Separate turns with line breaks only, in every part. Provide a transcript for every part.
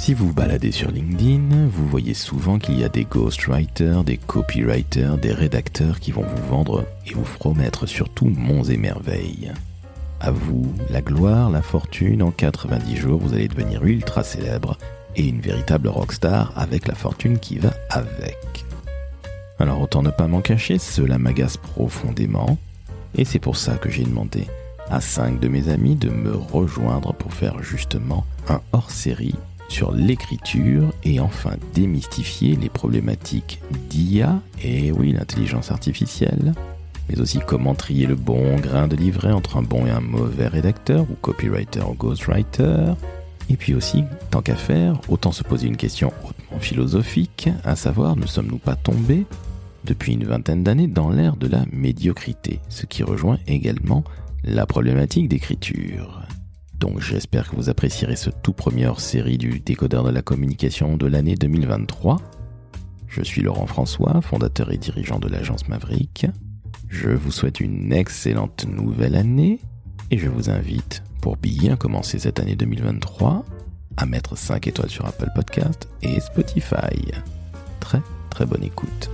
Si vous vous baladez sur LinkedIn, vous voyez souvent qu'il y a des ghostwriters, des copywriters, des rédacteurs qui vont vous vendre et vous promettre surtout monts et merveilles. À vous, la gloire, la fortune, en 90 jours, vous allez devenir ultra célèbre et une véritable rockstar avec la fortune qui va avec. Alors autant ne pas m'en cacher, cela m'agace profondément et c'est pour ça que j'ai demandé à 5 de mes amis de me rejoindre pour faire justement un hors-série sur l'écriture et enfin démystifier les problématiques d'IA, et oui, l'intelligence artificielle, mais aussi comment trier le bon grain de livret entre un bon et un mauvais rédacteur ou copywriter ou ghostwriter. Et puis aussi, tant qu'à faire, autant se poser une question hautement philosophique, à savoir, ne sommes-nous pas tombés depuis une vingtaine d'années dans l'ère de la médiocrité, ce qui rejoint également la problématique d'écriture. Donc j'espère que vous apprécierez ce tout premier hors-série du décodeur de la communication de l'année 2023. Je suis Laurent François, fondateur et dirigeant de l'agence Maverick. Je vous souhaite une excellente nouvelle année et je vous invite, pour bien commencer cette année 2023, à mettre 5 étoiles sur Apple Podcast et Spotify. Très très bonne écoute.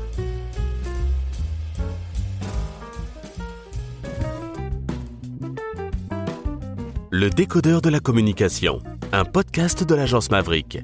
Le décodeur de la communication, un podcast de l'agence Maverick.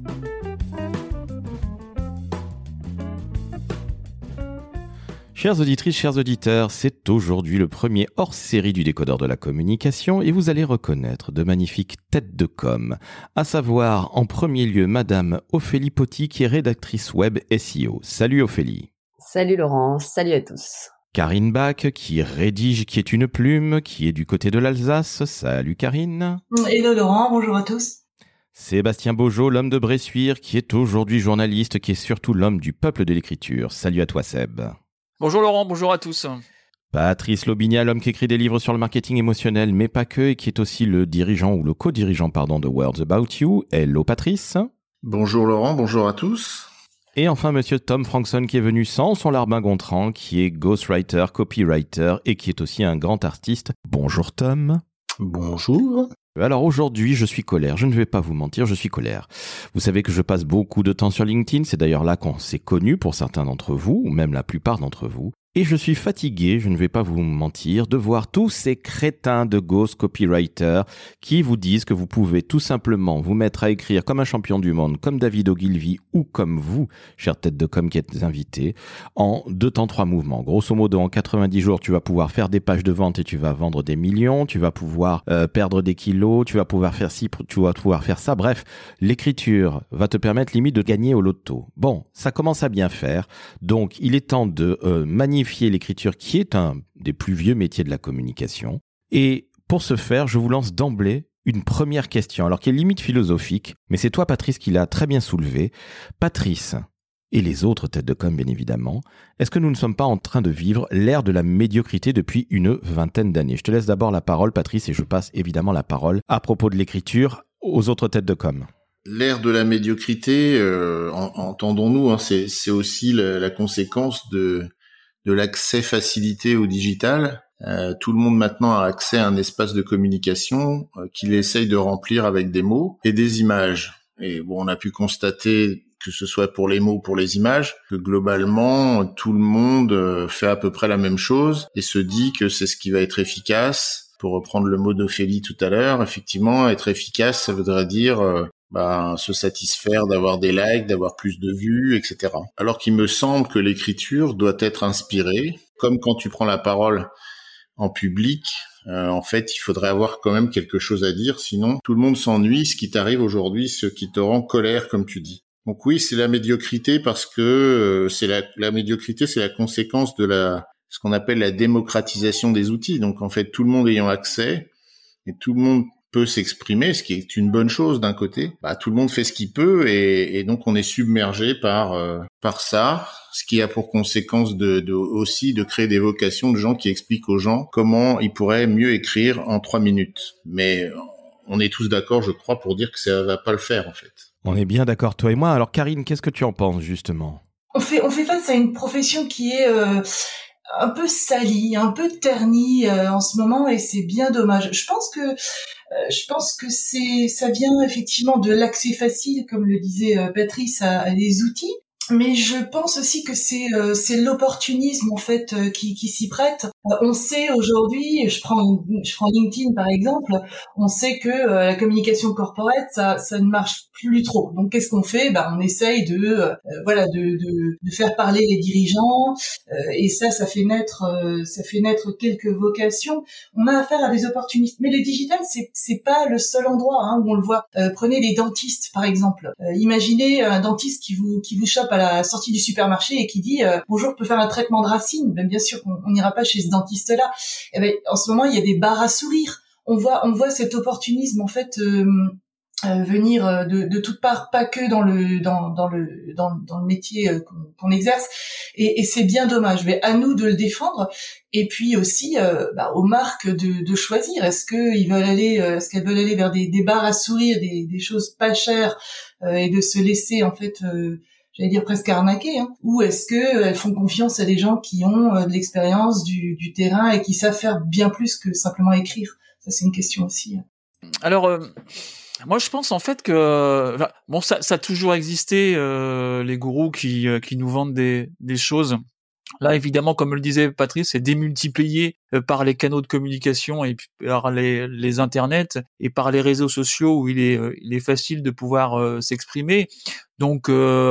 Chères auditrices, chers auditeurs, c'est aujourd'hui le premier hors-série du décodeur de la communication et vous allez reconnaître de magnifiques têtes de com, à savoir en premier lieu Madame Ophélie Poty qui est rédactrice web SEO. Salut Ophélie.
Salut Laurent, salut à tous.
Karine Bach qui rédige, qui est une plume, qui est du côté de l'Alsace. Salut Karine.
Hello Laurent, bonjour à tous.
Sébastien Beaujeau, l'homme de Bressuire, qui est aujourd'hui journaliste, qui est surtout l'homme du peuple de l'écriture. Salut à toi Seb.
Bonjour Laurent, bonjour à tous.
Patrice Lobigna, l'homme qui écrit des livres sur le marketing émotionnel, mais pas que, et qui est aussi le dirigeant ou le co-dirigeant de Words About You. Hello Patrice.
Bonjour Laurent, bonjour à tous.
Et enfin, monsieur Tom Frankson qui est venu sans son larbin Gontran, qui est ghostwriter, copywriter et qui est aussi un grand artiste. Bonjour Tom.
Bonjour.
Alors aujourd'hui, je suis colère. Je ne vais pas vous mentir, je suis colère. Vous savez que je passe beaucoup de temps sur LinkedIn. C'est d'ailleurs là qu'on s'est connu pour certains d'entre vous, ou même la plupart d'entre vous. Et je suis fatigué, je ne vais pas vous mentir, de voir tous ces crétins de ghost copywriters qui vous disent que vous pouvez tout simplement vous mettre à écrire comme un champion du monde, comme David Ogilvy ou comme vous, chère tête de com qui êtes invité, en 2 temps 3 mouvements. Grosso modo, en 90 jours, tu vas pouvoir faire des pages de vente et tu vas vendre des millions, tu vas pouvoir perdre des kilos, tu vas pouvoir faire ci, tu vas pouvoir faire ça. Bref, l'écriture va te permettre limite de gagner au loto. Bon, ça commence à bien faire, donc il est temps de magnifier l'écriture qui est un des plus vieux métiers de la communication. Et pour ce faire, je vous lance d'emblée une première question, alors qui est limite philosophique, mais c'est toi Patrice qui l'a très bien soulevé. Patrice, et les autres têtes de com bien évidemment, est-ce que nous ne sommes pas en train de vivre l'ère de la médiocrité depuis une vingtaine d'années ? Je te laisse d'abord la parole Patrice et je passe évidemment la parole à propos de l'écriture aux autres têtes de com.
L'ère de la médiocrité, entendons-nous, c'est aussi la conséquence de l'accès facilité au digital. Tout le monde maintenant a accès à un espace de communication qu'il essaye de remplir avec des mots et des images. Et bon, on a pu constater, que ce soit pour les mots ou pour les images, que globalement, tout le monde fait à peu près la même chose et se dit que c'est ce qui va être efficace. Pour reprendre le mot d'Ophélie tout à l'heure, effectivement, être efficace, ça voudrait dire se satisfaire d'avoir des likes, d'avoir plus de vues, etc. Alors qu'il me semble que l'écriture doit être inspirée, comme quand tu prends la parole en public, en fait, il faudrait avoir quand même quelque chose à dire, sinon tout le monde s'ennuie, ce qui t'arrive aujourd'hui, ce qui te rend colère, comme tu dis. Donc oui, c'est la médiocrité parce que la médiocrité, c'est la conséquence de ce qu'on appelle la démocratisation des outils. Donc en fait, tout le monde ayant accès et tout le monde peut s'exprimer, ce qui est une bonne chose d'un côté. Tout le monde fait ce qu'il peut et donc on est submergé par ça, ce qui a pour conséquence aussi de créer des vocations de gens qui expliquent aux gens comment ils pourraient mieux écrire en 3 minutes. Mais on est tous d'accord, je crois, pour dire que ça va pas le faire en fait.
On est bien d'accord toi et moi. Alors Karine, qu'est-ce que tu en penses justement ?
On fait face à une profession qui est un peu sali, un peu terni en ce moment, et c'est bien dommage. Je pense que ça vient effectivement de l'accès facile, comme le disait Patrice, à des outils. Mais je pense aussi que c'est l'opportunisme en fait qui s'y prête. On sait aujourd'hui, je prends LinkedIn par exemple, on sait que la communication corporate ça ne marche plus trop. Donc qu'est-ce qu'on fait ? On essaye de faire parler les dirigeants et ça fait naître quelques vocations. On a affaire à des opportunistes. Mais le digital c'est pas le seul endroit où on le voit. Prenez les dentistes par exemple. Imaginez un dentiste qui vous chope à la sortie du supermarché et qui dit bonjour, je peux faire un traitement de racines. Bien sûr qu'on n'ira pas chez ce dentiste là. En ce moment il y a des bars à sourire. On voit cet opportunisme en fait venir de toutes parts, pas que dans le métier qu'on exerce, et c'est bien dommage. Mais à nous de le défendre, et puis aussi aux marques de choisir. Est-ce qu'elles veulent aller vers des bars à sourire, des choses pas chères et de se laisser en fait j'allais dire presque arnaquer, ou est-ce que elles font confiance à des gens qui ont de l'expérience du terrain et qui savent faire bien plus que simplement écrire? Ça c'est une question aussi.
Alors moi, je pense en fait que ça a toujours existé, les gourous qui nous vendent des choses. Là, évidemment, comme le disait Patrice, c'est démultiplié par les canaux de communication et par les internets et par les réseaux sociaux où il est facile de pouvoir s'exprimer. Donc,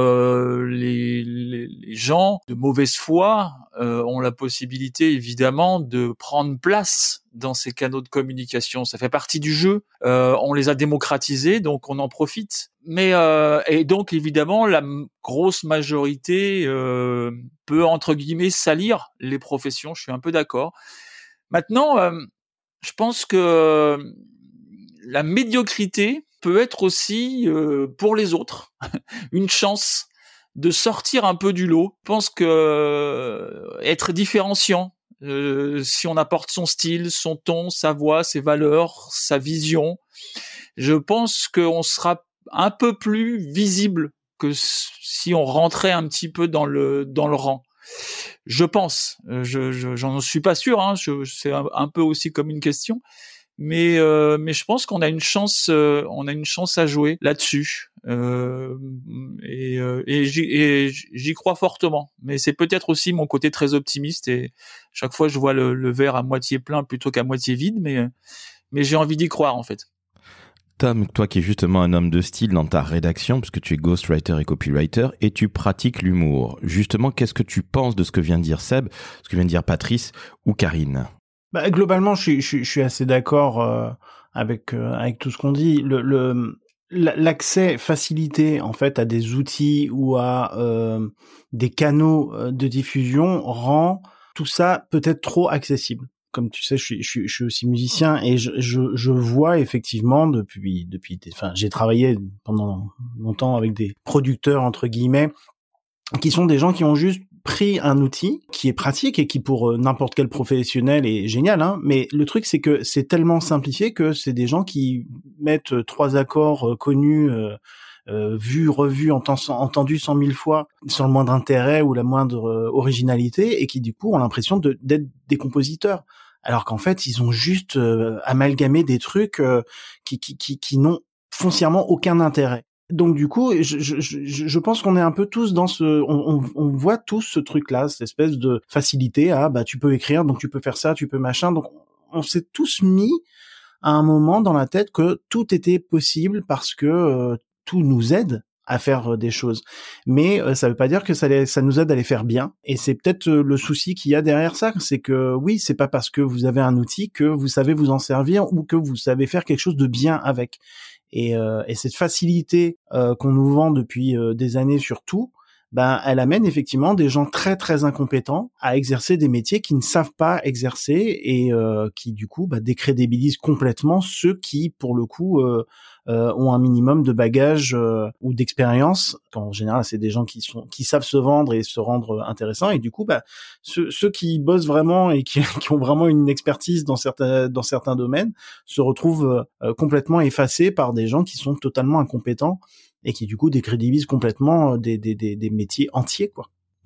les gens de mauvaise foi ont la possibilité, évidemment, de prendre place dans ces canaux de communication. Ça fait partie du jeu. On les a démocratisés, donc on en profite. Mais et donc, évidemment, la grosse majorité peut, entre guillemets, salir les professions. Je suis un peu d'accord. Maintenant, je pense que la médiocrité peut être aussi, pour les autres, une chance de sortir un peu du lot. Je pense que être différenciant, si on apporte son style, son ton, sa voix, ses valeurs, sa vision, je pense qu'on sera un peu plus visible que si on rentrait un petit peu dans le rang. Je pense, j'en suis pas sûr, c'est un peu aussi comme une question, mais je pense qu'on a une chance à jouer là-dessus, et j'y crois fortement. Mais c'est peut-être aussi mon côté très optimiste, et chaque fois je vois le verre à moitié plein plutôt qu'à moitié vide, mais j'ai envie d'y croire en fait.
Tom, toi qui es justement un homme de style dans ta rédaction, puisque tu es ghostwriter et copywriter, et tu pratiques l'humour. Justement, qu'est-ce que tu penses de ce que vient de dire Seb, ce que vient de dire Patrice ou Karine ?
Globalement, je suis assez d'accord avec tout ce qu'on dit. L'accès facilité en fait à des outils ou à des canaux de diffusion rend tout ça peut-être trop accessible. Comme tu sais, je suis aussi musicien et je vois effectivement depuis j'ai travaillé pendant longtemps avec des producteurs entre guillemets qui sont des gens qui ont juste pris un outil qui est pratique et qui pour n'importe quel professionnel est génial, mais le truc c'est que c'est tellement simplifié que c'est des gens qui mettent 3 accords connus vus, revus, entendus 100 000 fois sans le moindre intérêt ou la moindre originalité, et qui du coup ont l'impression d'être des compositeurs, alors qu'en fait ils ont juste amalgamé des trucs qui n'ont foncièrement aucun intérêt. Donc du coup, je pense qu'on est un peu tous dans on voit tous ce truc-là, cette espèce de facilité à tu peux écrire, donc tu peux faire ça, tu peux machin. Donc on s'est tous mis à un moment dans la tête que tout était possible parce que tout nous aide à faire des choses. Mais ça veut pas dire que ça nous aide à les faire bien. Et c'est peut-être le souci qu'il y a derrière ça, c'est que oui, c'est pas parce que vous avez un outil que vous savez vous en servir ou que vous savez faire quelque chose de bien avec. Et cette facilité qu'on nous vend depuis des années sur tout, elle amène effectivement des gens très très incompétents à exercer des métiers qu'ils ne savent pas exercer, et qui du coup décrédibilisent complètement ceux qui pour le coup ont un minimum de bagage ou d'expérience. En général, c'est des gens qui savent se vendre et se rendre intéressants, et du coup ceux qui bossent vraiment et qui ont vraiment une expertise dans certains domaines se retrouvent complètement effacés par des gens qui sont totalement incompétents et qui du coup décrédibilisent complètement des métiers entiers, quoi.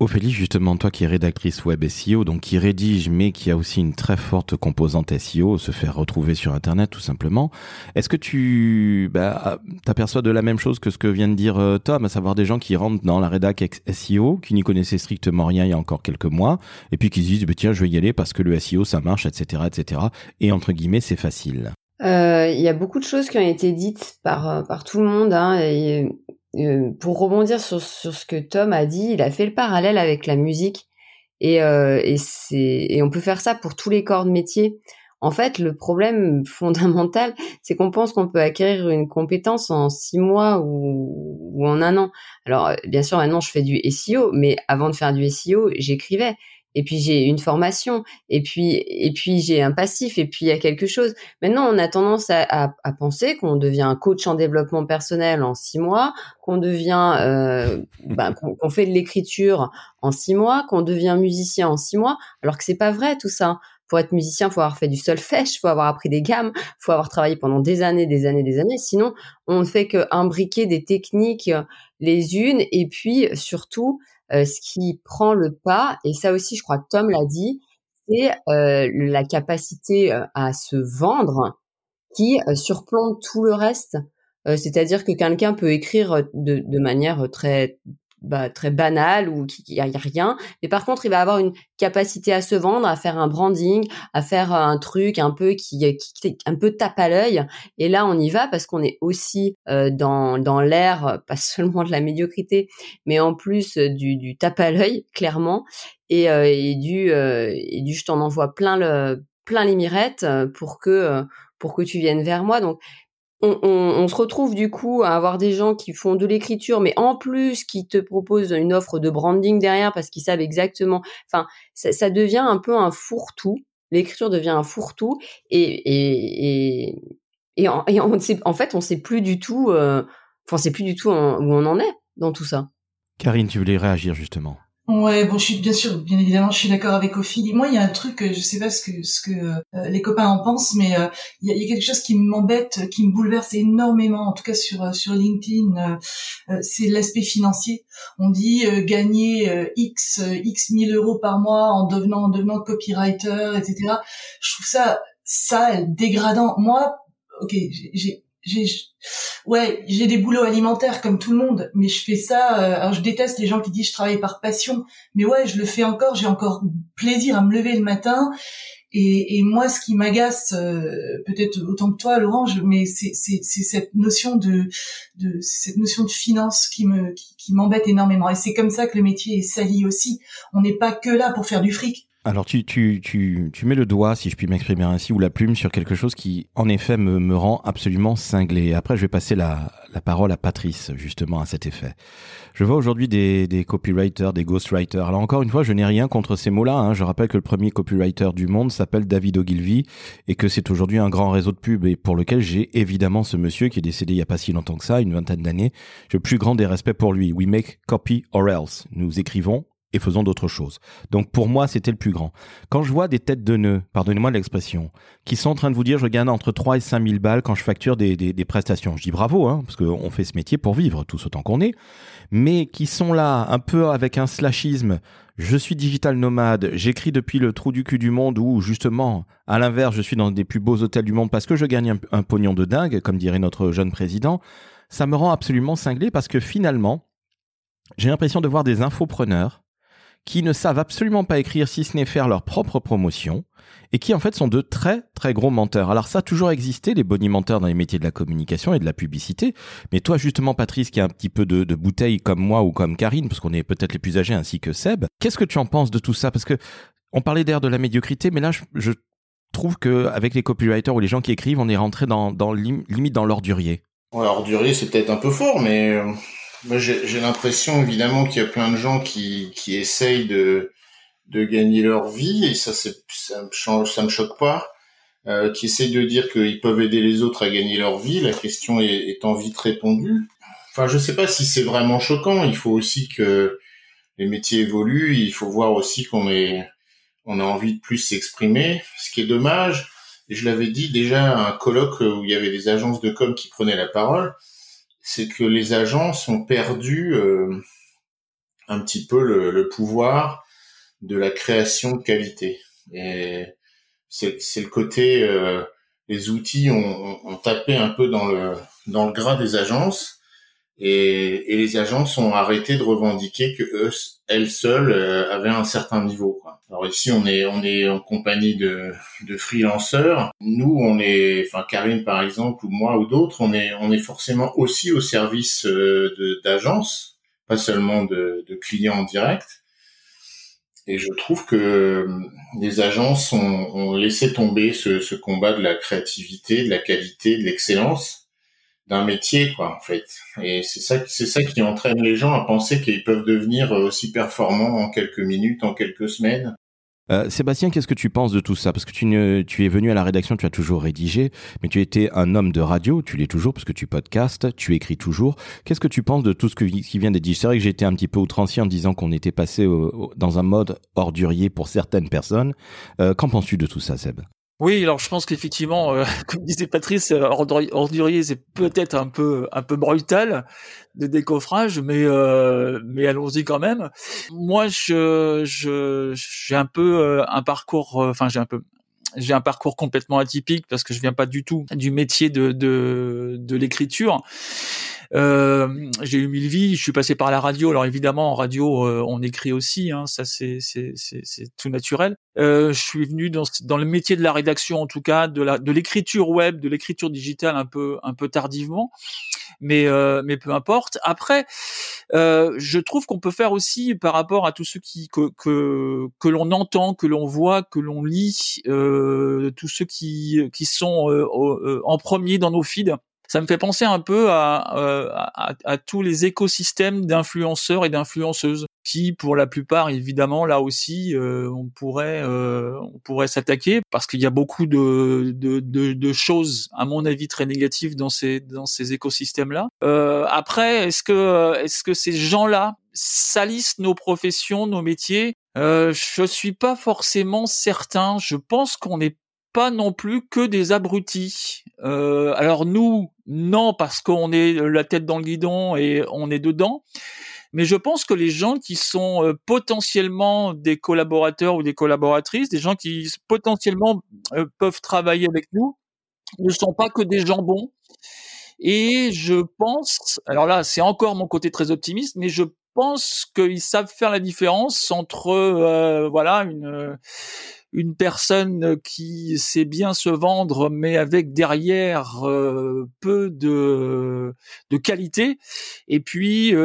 Ophélie, justement, toi qui es rédactrice web SEO, donc qui rédige, mais qui a aussi une très forte composante SEO, se faire retrouver sur Internet, tout simplement. Est-ce que tu t'aperçois de la même chose que ce que vient de dire Tom, à savoir des gens qui rentrent dans la rédac SEO, qui n'y connaissaient strictement rien il y a encore quelques mois, et puis qui se disent, tiens, je vais y aller parce que le SEO, ça marche, etc., etc. Et entre guillemets, c'est facile.
Il y a beaucoup de choses qui ont été dites par tout le monde, hein, et pour rebondir sur ce que Tom a dit, il a fait le parallèle avec la musique et on peut faire ça pour tous les corps de métier. En fait, le problème fondamental, c'est qu'on pense qu'on peut acquérir une compétence en 6 mois ou en 1 an. Alors, bien sûr, maintenant, je fais du SEO, mais avant de faire du SEO, j'écrivais. Et puis j'ai une formation, et puis j'ai un passif, et puis il y a quelque chose. Maintenant, on a tendance à penser qu'on devient un coach en développement personnel en 6 mois, qu'on devient, qu'on fait de l'écriture en 6 mois, qu'on devient musicien en 6 mois, alors que c'est pas vrai tout ça. Pour être musicien, faut avoir fait du solfège, faut avoir appris des gammes, faut avoir travaillé pendant des années. Sinon, on ne fait que imbriquer des techniques les unes, et puis surtout, ce qui prend le pas, et ça aussi, je crois que Tom l'a dit, c'est la capacité à se vendre qui surplombe tout le reste. C'est-à-dire que quelqu'un peut écrire de manière très banale ou qu'il y a rien, mais par contre, il va avoir une capacité à se vendre, à faire un branding, à faire un truc un peu qui un peu tape à l'œil. Et là, on y va parce qu'on est aussi dans l'ère, pas seulement de la médiocrité, mais en plus du tape à l'œil, clairement, et du je t'en envoie plein les mirettes pour que tu viennes vers moi. Donc on se retrouve du coup à avoir des gens qui font de l'écriture, mais en plus qui te proposent une offre de branding derrière parce qu'ils savent exactement. Enfin, ça devient un peu un fourre-tout. L'écriture devient un fourre-tout, et on sait, en fait, on sait plus du tout. On sait plus du tout où on en est dans tout ça.
Karine, tu voulais réagir justement.
Ouais, bon, bien évidemment, je suis d'accord avec Ophélie. Moi, il y a un truc, je sais pas ce que les copains en pensent, mais il y a quelque chose qui m'embête, qui me bouleverse énormément, en tout cas sur LinkedIn, c'est l'aspect financier. On dit gagner x 1000 euros par mois en devenant copywriter, etc. Je trouve ça dégradant. Moi, ok, j'ai des boulots alimentaires comme tout le monde, mais je fais ça. Alors je déteste les gens qui disent je travaille par passion, mais ouais, je le fais encore. J'ai encore plaisir à me lever le matin. Et moi, ce qui m'agace, peut-être autant que toi, Laurent, mais c'est cette notion de finance qui m'embête énormément. Et c'est comme ça que le métier est sali aussi. On n'est pas que là pour faire du fric.
Alors tu mets le doigt, si je puis m'exprimer ainsi, ou la plume sur quelque chose qui, en effet, me rend absolument cinglé. Après, je vais passer la parole à Patrice, justement, à cet effet. Je vois aujourd'hui des copywriters, des ghostwriters. Alors encore une fois, je n'ai rien contre ces mots-là, hein. Je rappelle que le premier copywriter du monde s'appelle David Ogilvy et que c'est aujourd'hui un grand réseau de pub et pour lequel j'ai évidemment ce monsieur qui est décédé il n'y a pas si longtemps que ça, une 20aine d'années. J'ai le plus grand des respects pour lui. We make copy or else. Nous écrivons et faisons d'autres choses. Donc pour moi, c'était le plus grand. Quand je vois des têtes de nœuds, pardonnez-moi l'expression, qui sont en train de vous dire je gagne entre 3 et 5 000 balles quand je facture des prestations, je dis bravo, hein, parce qu'on fait ce métier pour vivre, tous autant qu'on est, mais qui sont là un peu avec un slashisme, je suis digital nomade, j'écris depuis le trou du cul du monde ou justement, à l'inverse, je suis dans des plus beaux hôtels du monde parce que je gagne un pognon de dingue, comme dirait notre jeune président, ça me rend absolument cinglé parce que finalement, j'ai l'impression de voir des infopreneurs qui ne savent absolument pas écrire si ce n'est faire leur propre promotion et qui en fait sont de très très gros menteurs. Alors ça a toujours existé, les bonimenteurs dans les métiers de la communication et de la publicité, mais toi justement Patrice qui a un petit peu de bouteille comme moi ou comme Karine, parce qu'on est peut-être les plus âgés ainsi que Seb, qu'est-ce que tu en penses de tout ça? Parce que on parlait d'ailleurs de la médiocrité, mais là je trouve qu'avec les copywriters ou les gens qui écrivent, on est rentré limite dans l'ordurier.
Ouais, ordurier c'est peut-être un peu fort, mais... Moi, j'ai l'impression, évidemment, qu'il y a plein de gens qui essayent de gagner leur vie, et ça me choque pas, qui essayent de dire qu'ils peuvent aider les autres à gagner leur vie. La question étant vite répondue. Enfin, je sais pas si c'est vraiment choquant. Il faut aussi que les métiers évoluent. Il faut voir aussi qu'on a envie de plus s'exprimer. Ce qui est dommage, et je l'avais dit déjà à un colloque où il y avait des agences de com qui prenaient la parole, c'est que les agences ont perdu un petit peu le pouvoir de la création de qualité. Et c'est le côté les outils ont tapé un peu dans le gras des agences, et les agences ont arrêté de revendiquer que elles seules avaient un certain niveau, quoi. Alors ici on est en compagnie de freelanceurs. Nous enfin Karine par exemple, ou moi ou d'autres, on est forcément aussi au service d'agences, pas seulement de clients en direct. Et je trouve que les agences ont laissé tomber ce combat de la créativité, de la qualité, de l'excellence d'un métier, quoi, en fait. Et c'est ça qui entraîne les gens à penser qu'ils peuvent devenir aussi performants en quelques minutes, en quelques semaines.
Sébastien, qu'est-ce que tu penses de tout ça? Parce que tu es venu à la rédaction, tu as toujours rédigé, mais tu étais un homme de radio, tu l'es toujours parce que tu podcastes, tu écris toujours. Qu'est-ce que tu penses de tout ce qui vient d'être dit? C'est vrai que j'ai été un petit peu outrancier en disant qu'on était passé dans un mode ordurier pour certaines personnes. Qu'en penses-tu de tout ça, Seb?
Oui, alors je pense qu'effectivement, comme disait Patrice, ordurier, c'est peut-être un peu brutal de décoffrage, mais allons-y quand même. Moi, j'ai un peu un parcours, j'ai un parcours complètement atypique parce que je viens pas du tout du métier de l'écriture. J'ai eu 1000 vies, je suis passé par la radio. Alors évidemment, en radio, on écrit aussi, hein, ça c'est tout naturel. Je suis venu dans le métier de la rédaction, en tout cas, de l'écriture web, de l'écriture digitale un peu tardivement, mais peu importe. Après, je trouve qu'on peut faire aussi par rapport à tous ceux que l'on entend, que l'on voit, que l'on lit, tous ceux qui sont en premier dans nos feeds. Ça me fait penser un peu à tous les écosystèmes d'influenceurs et d'influenceuses qui, pour la plupart, évidemment, là aussi, on pourrait s'attaquer parce qu'il y a beaucoup de choses, à mon avis, très négatives dans ces écosystèmes-là. Après, est-ce que ces gens-là salissent nos professions, nos métiers? Je suis pas forcément certain. Je pense qu'on n'est pas non plus que des abrutis. Alors nous, non, parce qu'on est la tête dans le guidon et on est dedans. Mais je pense que les gens qui sont potentiellement des collaborateurs ou des collaboratrices, des gens qui potentiellement peuvent travailler avec nous, ne sont pas que des jambons. Et je pense, alors là, c'est encore mon côté très optimiste, mais je pense qu'ils savent faire la différence entre voilà une personne qui sait bien se vendre, mais avec derrière peu de qualité, et puis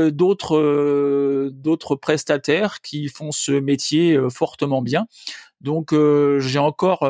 d'autres prestataires qui font ce métier fortement bien. Donc j'ai encore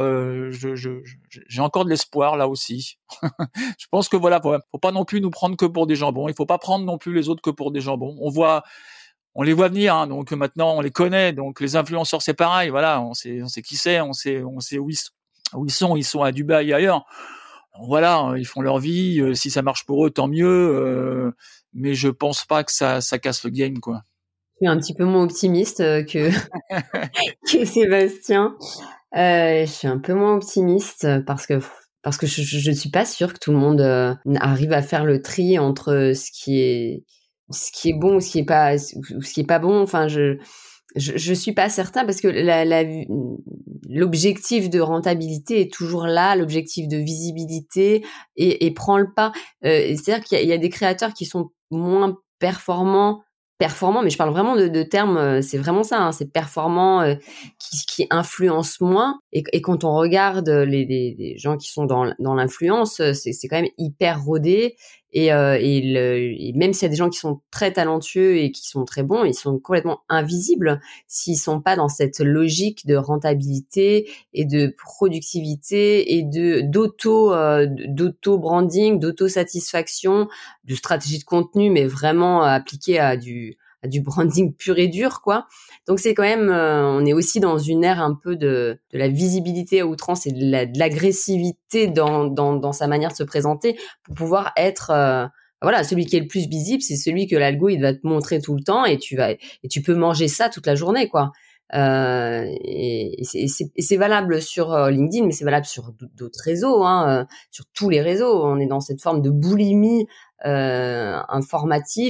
de l'espoir là aussi. Je pense que voilà, faut pas non plus nous prendre que pour des jambons. Il faut pas prendre non plus les autres que pour des jambons. On les voit venir, hein, donc maintenant on les connaît. Donc les influenceurs c'est pareil, voilà, on sait qui c'est, on sait où ils sont à Dubaï et ailleurs. Voilà, ils font leur vie. Si ça marche pour eux, tant mieux. Mais je pense pas que ça casse le game, quoi.
Je suis un petit peu moins optimiste que Sébastien. Je suis un peu moins optimiste parce que je ne suis pas sûre que tout le monde arrive à faire le tri entre ce qui est bon ou ce qui est pas bon. Enfin, je suis pas certain parce que l'objectif de rentabilité est toujours là, l'objectif de visibilité et prend le pas. C'est-à-dire qu'il y a des créateurs qui sont moins performants, mais je parle vraiment de termes, c'est vraiment ça, hein, c'est performant, qui influencent moins. Et quand on regarde les gens qui sont dans l'influence, c'est quand même hyper rodé. Et même s'il y a des gens qui sont très talentueux et qui sont très bons, ils sont complètement invisibles s'ils sont pas dans cette logique de rentabilité et de productivité et d'auto branding, d'auto satisfaction, de stratégie de contenu, mais vraiment appliquée à du branding pur et dur, quoi. Donc c'est quand même, on est aussi dans une ère un peu de la visibilité à outrance et de l'agressivité dans sa manière de se présenter pour pouvoir être, voilà, celui qui est le plus visible, c'est celui que l'algo il va te montrer tout le temps et tu peux manger ça toute la journée, quoi. Et c'est valable sur LinkedIn, mais c'est valable sur d'autres réseaux, hein, sur tous les réseaux. On est dans cette forme de boulimie informative qui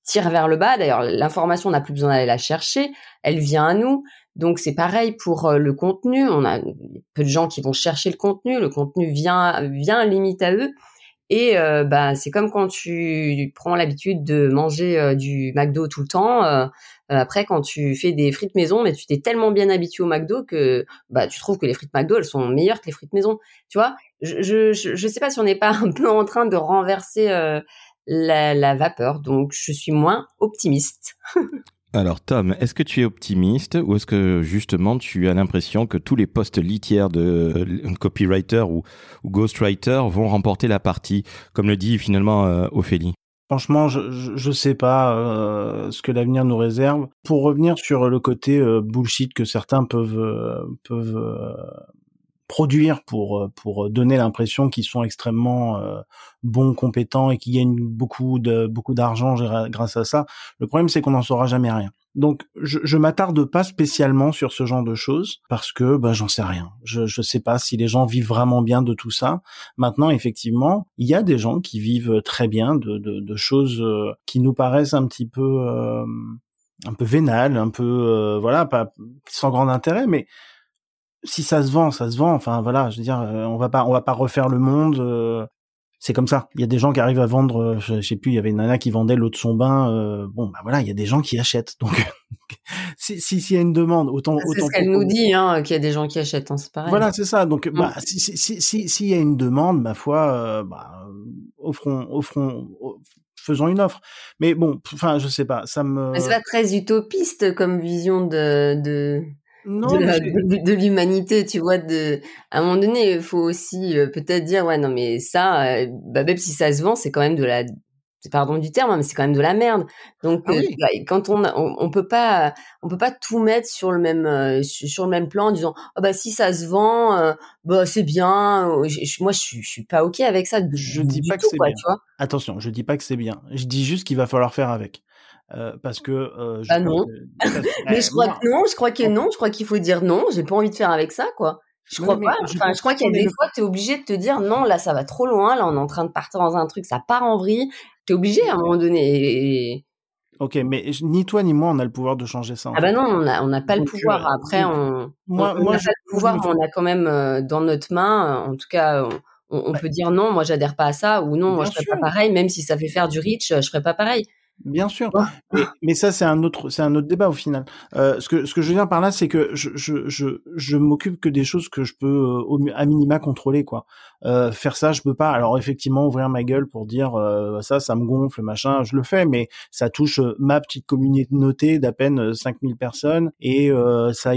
tire vers le bas. D'ailleurs, l'information, on n'a plus besoin d'aller la chercher, elle vient à nous. Donc c'est pareil pour le contenu. On a peu de gens qui vont chercher le contenu vient limite à eux. Et c'est comme quand tu prends l'habitude de manger du McDo tout le temps. Après, quand tu fais des frites maison, mais tu t'es tellement bien habitué au McDo que tu trouves que les frites McDo elles sont meilleures que les frites maison. Tu vois, je sais pas si on n'est pas un peu en train de renverser la vapeur. Donc je suis moins optimiste.
Alors Tom, est-ce que tu es optimiste ou est-ce que justement tu as l'impression que tous les postes litières de copywriter ou ghostwriter vont remporter la partie, comme le dit finalement Ophélie?
Franchement, je sais pas ce que l'avenir nous réserve. Pour revenir sur le côté bullshit que certains peuvent produire pour donner l'impression qu'ils sont extrêmement bons, compétents et qu'ils gagnent beaucoup d'argent grâce à ça. Le problème, c'est qu'on n'en saura jamais rien. Donc, je m'attarde pas spécialement sur ce genre de choses parce que j'en sais rien. Je sais pas si les gens vivent vraiment bien de tout ça. Maintenant, effectivement, il y a des gens qui vivent très bien de choses qui nous paraissent un peu vénales, un peu pas sans grand intérêt, mais si ça se vend, ça se vend. Enfin voilà, je veux dire, on va pas refaire le monde. C'est comme ça. Il y a des gens qui arrivent à vendre. Je sais plus. Il y avait une nana qui vendait l'eau de son bain. Voilà, il y a des gens qui achètent. Donc s'il y a une demande, autant.
C'est ce qu'elle nous dit, qu'il y a des gens qui achètent. C'est pareil.
Voilà, c'est ça. Donc s'il y a une demande, ma foi, faisons une offre. Mais bon, enfin, je sais pas.
Mais c'est pas très utopiste comme vision de l'humanité, tu vois. À un moment donné, il faut aussi peut-être dire ouais, non mais ça, même si ça se vend, c'est quand même pardon du terme, mais c'est quand même de la merde. Donc quand on peut pas tout mettre sur le même plan en disant si ça se vend, c'est bien. Moi je suis pas ok avec ça.
Je dis pas que c'est bien. Tu vois. Attention, je dis pas que c'est bien. Je dis juste qu'il va falloir faire avec. Parce que
non. Mais je crois qu'il faut dire non, j'ai pas envie de faire avec ça, quoi. Je crois pas. Enfin, je crois qu'il y a des fois, t'es obligé de te dire non, là, ça va trop loin, là, on est en train de partir dans un truc, ça part en vrille. T'es obligé à un moment donné.
Ok, mais ni toi ni moi, on a le pouvoir de changer ça.
Non, on n'a pas le pouvoir. Après, on n'a pas le pouvoir, mais on a quand même dans notre main, en tout cas, on peut dire non, moi, j'adhère pas à ça, ou non, moi, je ferais pas pareil, même si ça fait faire du reach, je ferais pas pareil.
Bien sûr, mais ça c'est un autre débat au final. Ce que je veux dire par là, c'est que je m'occupe que des choses que je peux à minima contrôler, quoi. Faire ça, je peux pas. Alors effectivement, ouvrir ma gueule pour dire ça me gonfle, machin, je le fais, mais ça touche ma petite communauté d'à peine 5000 personnes et ça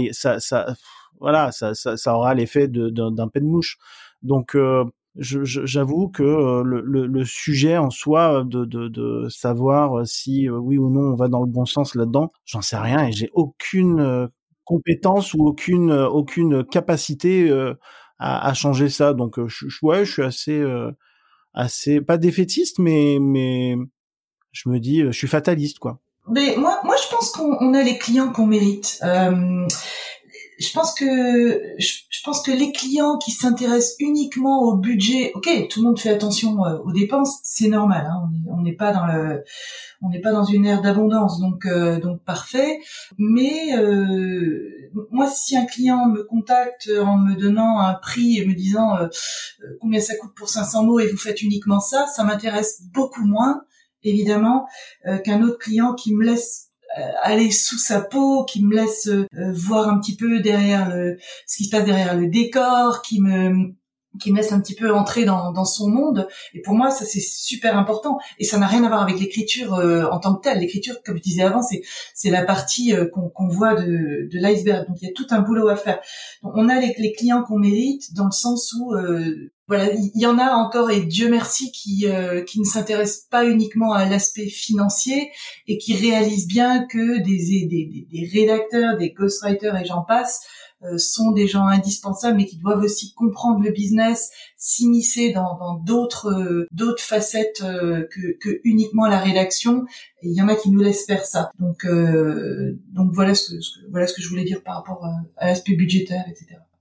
aura l'effet d'un pet de mouche. Donc j'avoue que le sujet en soi de savoir si oui ou non on va dans le bon sens là-dedans, j'en sais rien et j'ai aucune compétence ou aucune capacité à changer ça. Donc je suis assez pas défaitiste, mais je me dis je suis fataliste, quoi.
Mais moi je pense qu'on a les clients qu'on mérite. Je pense que les clients qui s'intéressent uniquement au budget, ok, tout le monde fait attention aux dépenses, c'est normal, hein, on n'est pas dans une ère d'abondance, donc parfait. Mais moi, si un client me contacte en me donnant un prix et me disant combien ça coûte pour 500 mots et vous faites uniquement ça, ça m'intéresse beaucoup moins, évidemment, qu'un autre client qui me laisse aller sous sa peau, qui me laisse voir un petit peu ce qui se passe derrière le décor, qui me laisse un petit peu entrer dans son monde. Et pour moi, ça c'est super important. Et ça n'a rien à voir avec l'écriture en tant que telle. L'écriture, comme je disais avant, c'est la partie qu'on voit de l'iceberg. Donc il y a tout un boulot à faire. Donc, on a les clients qu'on mérite dans le sens où il y en a encore, et Dieu merci, qui ne s'intéressent pas uniquement à l'aspect financier et qui réalisent bien que des rédacteurs, des ghostwriters et j'en passe sont des gens indispensables, mais qui doivent aussi comprendre le business, s'immiscer dans d'autres facettes que uniquement la rédaction. Et il y en a qui nous laissent faire ça. Donc voilà ce que je voulais dire par rapport à l'aspect budgétaire, etc.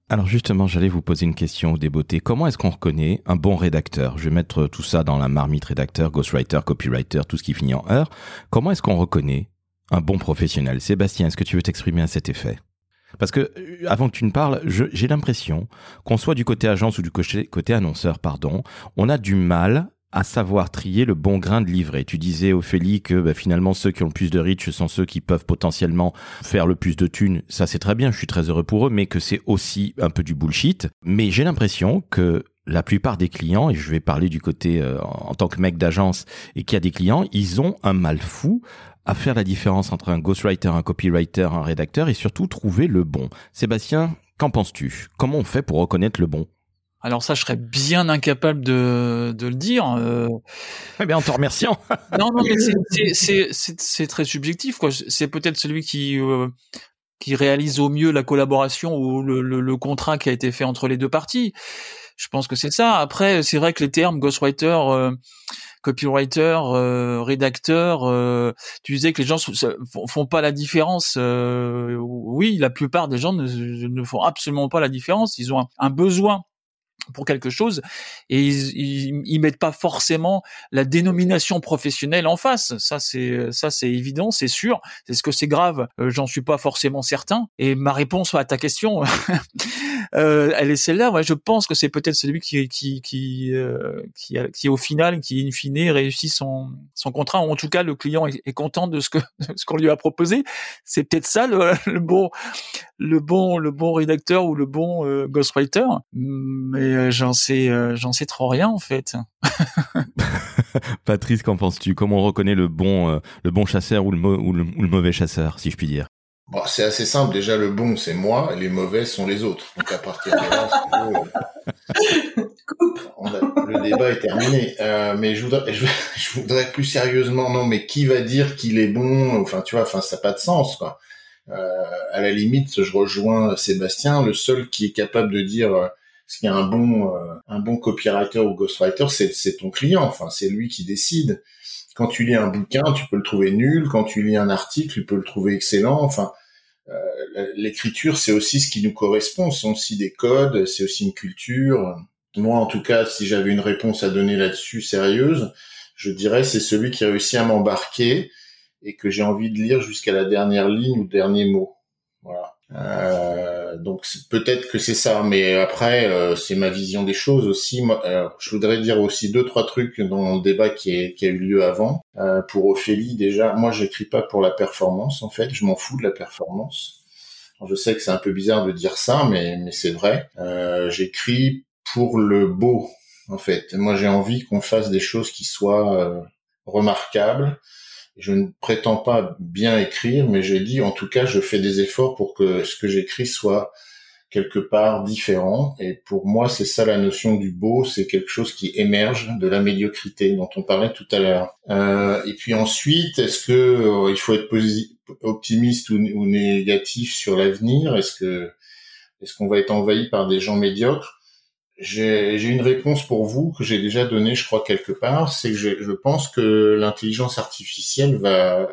Alors justement, j'allais vous poser une question, Débeauté. Comment est-ce qu'on reconnaît un bon rédacteur ? Je vais mettre tout ça dans la marmite rédacteur, ghostwriter, copywriter, tout ce qui finit en heure. Comment est-ce qu'on reconnaît un bon professionnel ? Sébastien, est-ce que tu veux t'exprimer à cet effet ? Parce que, avant que tu ne parles, j'ai l'impression qu'on soit du côté agence ou du côté annonceur, on a du mal à savoir trier le bon grain de livret. Tu disais, Ophélie, que finalement, ceux qui ont le plus de reach sont ceux qui peuvent potentiellement faire le plus de thunes. Ça, c'est très bien, je suis très heureux pour eux, mais que c'est aussi un peu du bullshit. Mais j'ai l'impression que la plupart des clients, et je vais parler du côté en tant que mec d'agence, et qu'il y a des clients, ils ont un mal fou à faire la différence entre un ghostwriter, un copywriter, un rédacteur, et surtout trouver le bon. Sébastien, qu'en penses-tu ? Comment on fait pour reconnaître le bon ?
Alors ça, je serais bien incapable de le dire.
Eh bien, en te remerciant.
Non, mais c'est très subjectif, quoi. C'est peut-être celui qui réalise au mieux la collaboration ou le contrat qui a été fait entre les deux parties. Je pense que c'est ça. Après, c'est vrai que les termes ghostwriter, copywriter, rédacteur, tu disais que les gens font pas la différence. Oui, la plupart des gens ne font absolument pas la différence. Ils ont un besoin pour quelque chose et ils mettent pas forcément la dénomination professionnelle en face. Ça c'est évident, c'est sûr. Est-ce que c'est grave ? J'en suis pas forcément certain. Et ma réponse à ta question, elle est celle-là. Ouais, je pense que c'est peut-être celui qui au final, qui in fine réussit son contrat. En tout cas, le client est content de ce qu'on lui a proposé. C'est peut-être ça le bon rédacteur ou le bon ghostwriter. Mais j'en sais trop rien en fait.
Patrice, qu'en penses-tu ? Comment on reconnaît le bon chasseur ou le mauvais chasseur, si je puis dire ?
Bon, c'est assez simple. Déjà, le bon, c'est moi, et les mauvais sont les autres. Donc, à partir de là, le débat est terminé. Mais je voudrais plus sérieusement, non, mais qui va dire qu'il est bon ? Enfin, tu vois, ça n'a pas de sens, quoi. À la limite, je rejoins Sébastien. Le seul qui est capable de dire ce qu'il y a un bon copywriter ou ghostwriter, c'est ton client. Enfin, c'est lui qui décide. Quand tu lis un bouquin, tu peux le trouver nul. Quand tu lis un article, tu peux le trouver excellent. Enfin, l'écriture, c'est aussi ce qui nous correspond. C'est aussi des codes, c'est aussi une culture. Moi, en tout cas, si j'avais une réponse à donner là-dessus sérieuse, je dirais c'est celui qui a réussi à m'embarquer et que j'ai envie de lire jusqu'à la dernière ligne ou dernier mot. Voilà. Donc peut-être que c'est ça, mais après c'est ma vision des choses aussi. Moi, je voudrais dire aussi 2-3 trucs dans le débat qui a eu lieu avant. Pour Ophélie, déjà, moi j'écris pas pour la performance en fait, je m'en fous de la performance. Alors, je sais que c'est un peu bizarre de dire ça, mais c'est vrai. J'écris pour le beau en fait. Moi j'ai envie qu'on fasse des choses qui soient remarquables. Je ne prétends pas bien écrire, mais j'ai dit, en tout cas, je fais des efforts pour que ce que j'écris soit quelque part différent. Et pour moi, c'est ça la notion du beau, c'est quelque chose qui émerge de la médiocrité dont on parlait tout à l'heure. Et puis ensuite, est-ce que il faut être optimiste ou négatif sur l'avenir ? Est-ce qu'on va être envahi par des gens médiocres ? J'ai une réponse pour vous que j'ai déjà donnée, je crois, quelque part. C'est que je pense que l'intelligence artificielle va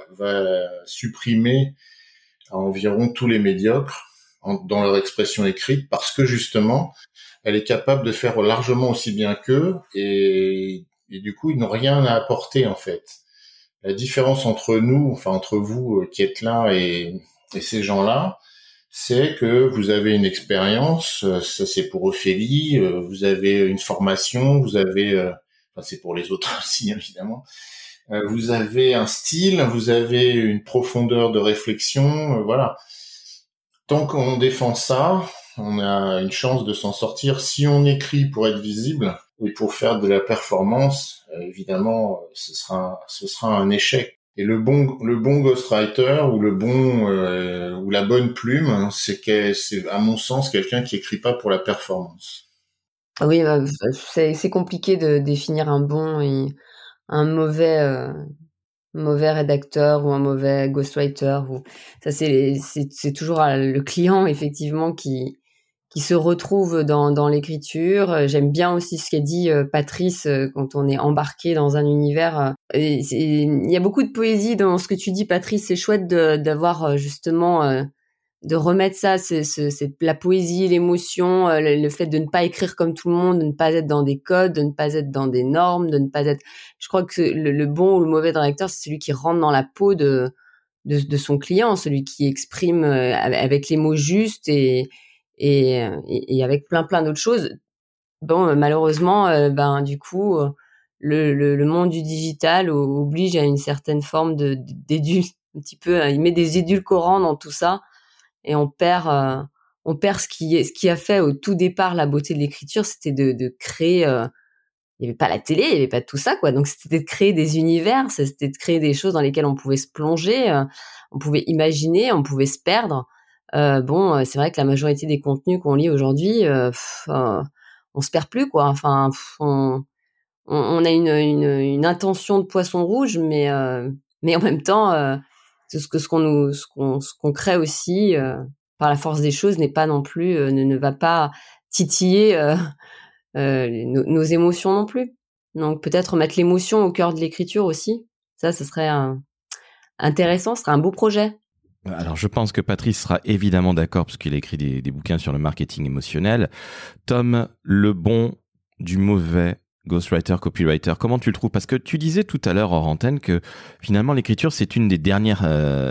supprimer à environ tous les médiocres dans leur expression écrite parce que justement, elle est capable de faire largement aussi bien qu'eux et du coup, ils n'ont rien à apporter en fait. La différence entre nous, enfin entre vous qui êtes là et ces gens-là, c'est que vous avez une expérience, ça c'est pour Ophélie, vous avez une formation, vous avez, enfin c'est pour les autres aussi évidemment, vous avez un style, vous avez une profondeur de réflexion, voilà. Tant qu'on défend ça, on a une chance de s'en sortir. Si on écrit pour être visible et pour faire de la performance, évidemment, ce sera un échec. Et le bon ghostwriter ou ou la bonne plume, c'est à mon sens quelqu'un qui écrit pas pour la performance.
Oui, c'est compliqué de définir un bon et un mauvais rédacteur ou un mauvais ghostwriter. Ça c'est toujours le client effectivement qui se retrouve dans l'écriture. J'aime bien aussi ce qu'a dit Patrice quand on est embarqué dans un univers. Il y a beaucoup de poésie dans ce que tu dis, Patrice. C'est chouette d'avoir justement de remettre ça, c'est la poésie, l'émotion, le fait de ne pas écrire comme tout le monde, de ne pas être dans des codes, de ne pas être dans des normes, de ne pas être. Je crois que le bon ou le mauvais directeur, c'est celui qui rentre dans la peau de son client, celui qui exprime avec les mots justes et avec plein d'autres choses. Bon, malheureusement, du coup, le monde du digital oblige à une certaine forme d'édul, un petit peu, il met des édulcorants dans tout ça et on perd ce qui a fait au tout départ la beauté de l'écriture, c'était de créer. Il y avait pas la télé, il y avait pas tout ça, quoi. Donc c'était de créer des univers, c'était de créer des choses dans lesquelles on pouvait se plonger, on pouvait imaginer, on pouvait se perdre. C'est vrai que la majorité des contenus qu'on lit aujourd'hui, on se perd plus, quoi. Enfin, on a une intention de poisson rouge, mais en même temps, ce qu'on crée aussi par la force des choses n'est pas non plus ne va pas titiller nos émotions non plus. Donc peut-être mettre l'émotion au cœur de l'écriture aussi. Ça, ce serait intéressant, ce serait un beau projet.
Alors je pense que Patrice sera évidemment d'accord parce qu'il a écrit des bouquins sur le marketing émotionnel. Tom, le bon du mauvais ghostwriter, copywriter, comment tu le trouves? Parce que tu disais tout à l'heure hors antenne que finalement l'écriture c'est une des dernières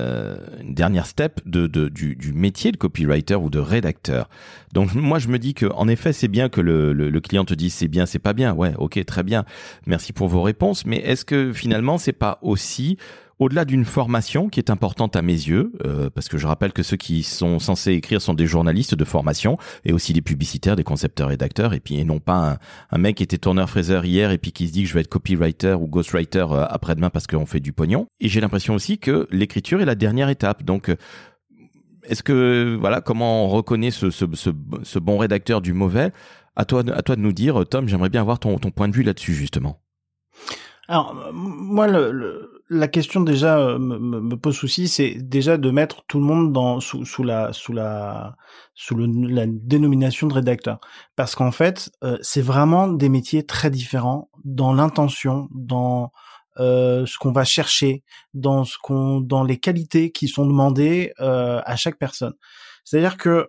steps du métier de copywriter ou de rédacteur. Donc moi je me dis que en effet c'est bien que le client te dise c'est bien, c'est pas bien. Ouais, ok, très bien. Merci pour vos réponses. Mais est-ce que finalement c'est pas aussi au-delà d'une formation qui est importante à mes yeux, parce que je rappelle que ceux qui sont censés écrire sont des journalistes de formation et aussi des publicitaires, des concepteurs, rédacteurs, et non pas un mec qui était tourneur-fraiseur hier et puis qui se dit que je vais être copywriter ou ghostwriter après-demain parce qu'on fait du pognon. Et j'ai l'impression aussi que l'écriture est la dernière étape. Donc, est-ce que, voilà, comment on reconnaît ce bon rédacteur du mauvais? À toi de nous dire, Tom, j'aimerais bien avoir ton point de vue là-dessus, justement.
Alors, moi, la question déjà me pose souci, c'est déjà de mettre tout le monde sous la dénomination de rédacteur, parce qu'en fait, c'est vraiment des métiers très différents dans l'intention, dans ce qu'on va chercher, dans les qualités qui sont demandées à chaque personne. C'est-à-dire que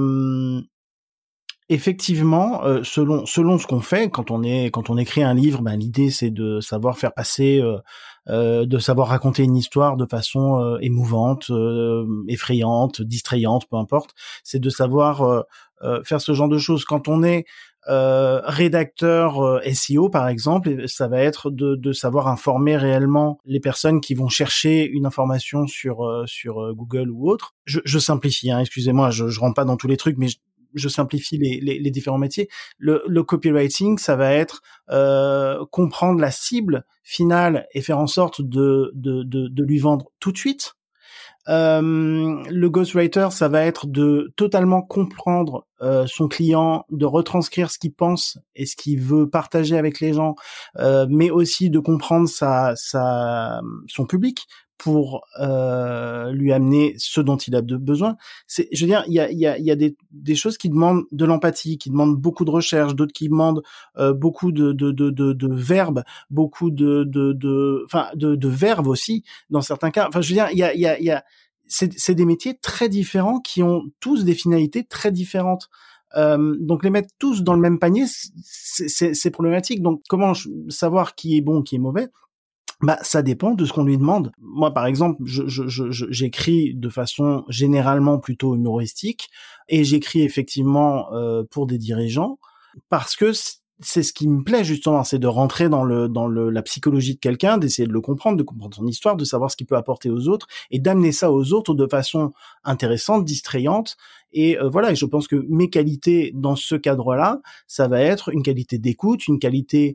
effectivement, selon ce qu'on fait, quand on écrit un livre, l'idée c'est de savoir faire passer, de savoir raconter une histoire de façon émouvante, effrayante, distrayante, peu importe. C'est de savoir faire ce genre de choses. Quand on est rédacteur SEO par exemple, ça va être de savoir informer réellement les personnes qui vont chercher une information sur Google ou autre. Je simplifie, hein, excusez-moi, je rentre pas dans tous les trucs, mais je simplifie les différents métiers. Le copywriting, ça va être comprendre la cible finale et faire en sorte de lui vendre tout de suite. Le ghostwriter, ça va être de totalement comprendre son client, de retranscrire ce qu'il pense et ce qu'il veut partager avec les gens, mais aussi de comprendre son public pour lui amener ce dont il a besoin. Je veux dire, il y a des choses qui demandent de l'empathie, qui demandent beaucoup de recherche, d'autres qui demandent beaucoup de verbes, beaucoup de verbes aussi dans certains cas. Enfin, je veux dire, il y a c'est des métiers très différents qui ont tous des finalités très différentes. Donc les mettre tous dans le même panier, c'est problématique. Donc comment savoir qui est bon, qui est mauvais? Ça dépend de ce qu'on lui demande. Moi, par exemple, j'écris de façon généralement plutôt humoristique et j'écris effectivement pour des dirigeants parce que c'est ce qui me plaît justement, c'est de rentrer dans la psychologie de quelqu'un, d'essayer de le comprendre, de comprendre son histoire, de savoir ce qu'il peut apporter aux autres et d'amener ça aux autres de façon intéressante, distrayante. Et voilà, et je pense que mes qualités dans ce cadre-là, ça va être une qualité d'écoute, des qualités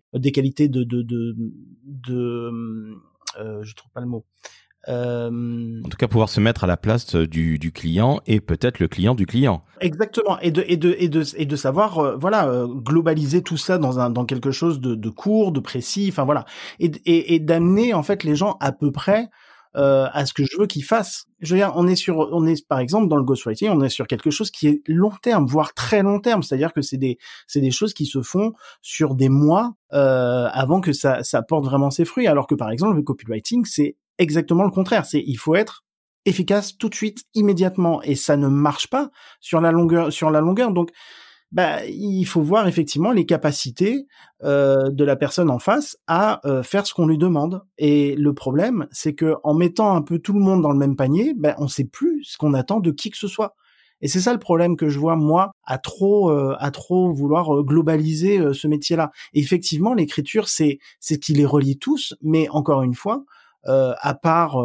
je trouve pas le mot.
En tout cas, pouvoir se mettre à la place du client et peut-être le client du client.
Exactement, et de savoir globaliser tout ça dans quelque chose de court, de précis, enfin voilà, et d'amener en fait les gens à peu près à ce que je veux qu'ils fassent. Je veux dire, on est par exemple dans le ghostwriting, on est sur quelque chose qui est long terme, voire très long terme, c'est-à-dire que c'est des choses qui se font sur des mois avant que ça porte vraiment ses fruits, alors que par exemple le copywriting c'est exactement le contraire, il faut être efficace tout de suite, immédiatement, et ça ne marche pas sur la longueur. Donc, il faut voir effectivement les capacités de la personne en face à faire ce qu'on lui demande. Et le problème, c'est que en mettant un peu tout le monde dans le même panier, on sait plus ce qu'on attend de qui que ce soit. Et c'est ça le problème que je vois, moi, à trop vouloir globaliser ce métier-là. Et effectivement, l'écriture, c'est ce qui les relie tous, mais encore une fois, à part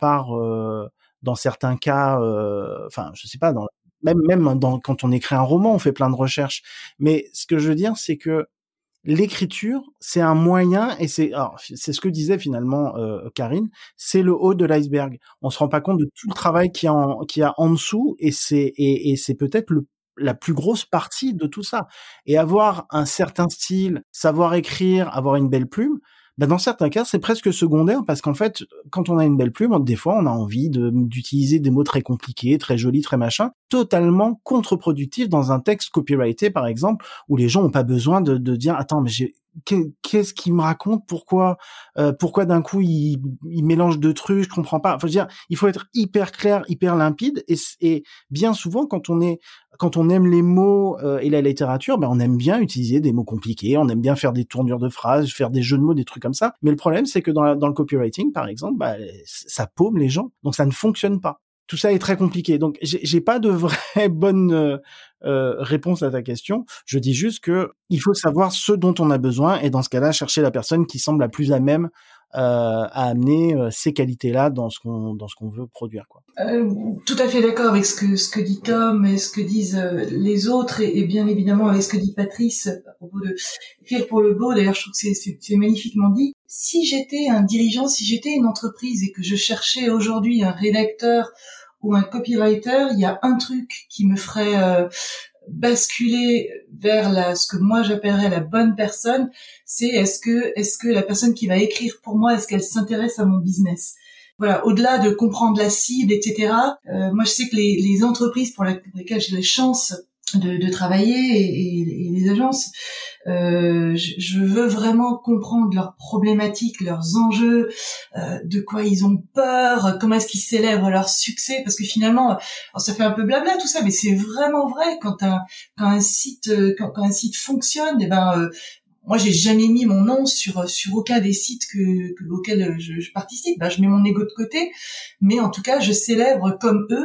dans certains cas, je sais pas, même quand on écrit un roman, on fait plein de recherches. Mais ce que je veux dire, c'est que l'écriture, c'est un moyen, et c'est ce que disait finalement Karine, c'est le haut de l'iceberg. On se rend pas compte de tout le travail qu'il y a en dessous, et c'est peut-être la plus grosse partie de tout ça. Et avoir un certain style, savoir écrire, avoir une belle plume, dans certains cas, c'est presque secondaire, parce qu'en fait, quand on a une belle plume, des fois, on a envie d'utiliser des mots très compliqués, très jolis, très machin, totalement contre-productif dans un texte copyrighté, par exemple, où les gens ont pas besoin de dire, attends, mais qu'est-ce qu'il me raconte? Pourquoi d'un coup il mélange deux trucs? Je comprends pas. Enfin, je veux dire, il faut être hyper clair, hyper limpide, et bien souvent, quand on aime les mots et la littérature, on aime bien utiliser des mots compliqués, on aime bien faire des tournures de phrases, faire des jeux de mots, des trucs comme ça. Mais le problème, c'est que dans le copywriting, par exemple, ça paume les gens, donc ça ne fonctionne pas. Tout ça est très compliqué. Donc, j'ai pas de vraie bonne réponse à ta question. Je dis juste que il faut savoir ce dont on a besoin, et dans ce cas-là, chercher la personne qui semble la plus à même à amener ces qualités-là dans ce qu'on veut produire, quoi.
Tout à fait d'accord avec ce que dit Tom et ce que disent les autres, et bien évidemment avec ce que dit Patrice à propos de écrire pour le beau. D'ailleurs, je trouve que c'est magnifiquement dit. Si j'étais un dirigeant, si j'étais une entreprise et que je cherchais aujourd'hui un rédacteur ou un copywriter, il y a un truc qui me ferait basculer vers ce que moi j'appellerais la bonne personne, c'est est-ce que la personne qui va écrire pour moi, est-ce qu'elle s'intéresse à mon business? Voilà, au-delà de comprendre la cible, etc. Moi, je sais que les entreprises pour lesquelles j'ai la chance de travailler et les agences, je veux vraiment comprendre leurs problématiques, leurs enjeux, de quoi ils ont peur, comment est-ce qu'ils célèbrent leur succès, parce que finalement, ça fait un peu blabla tout ça, mais c'est vraiment vrai quand un site fonctionne, moi, j'ai jamais mis mon nom sur aucun des sites auxquels je participe. Je mets mon ego de côté, mais en tout cas, je célèbre comme eux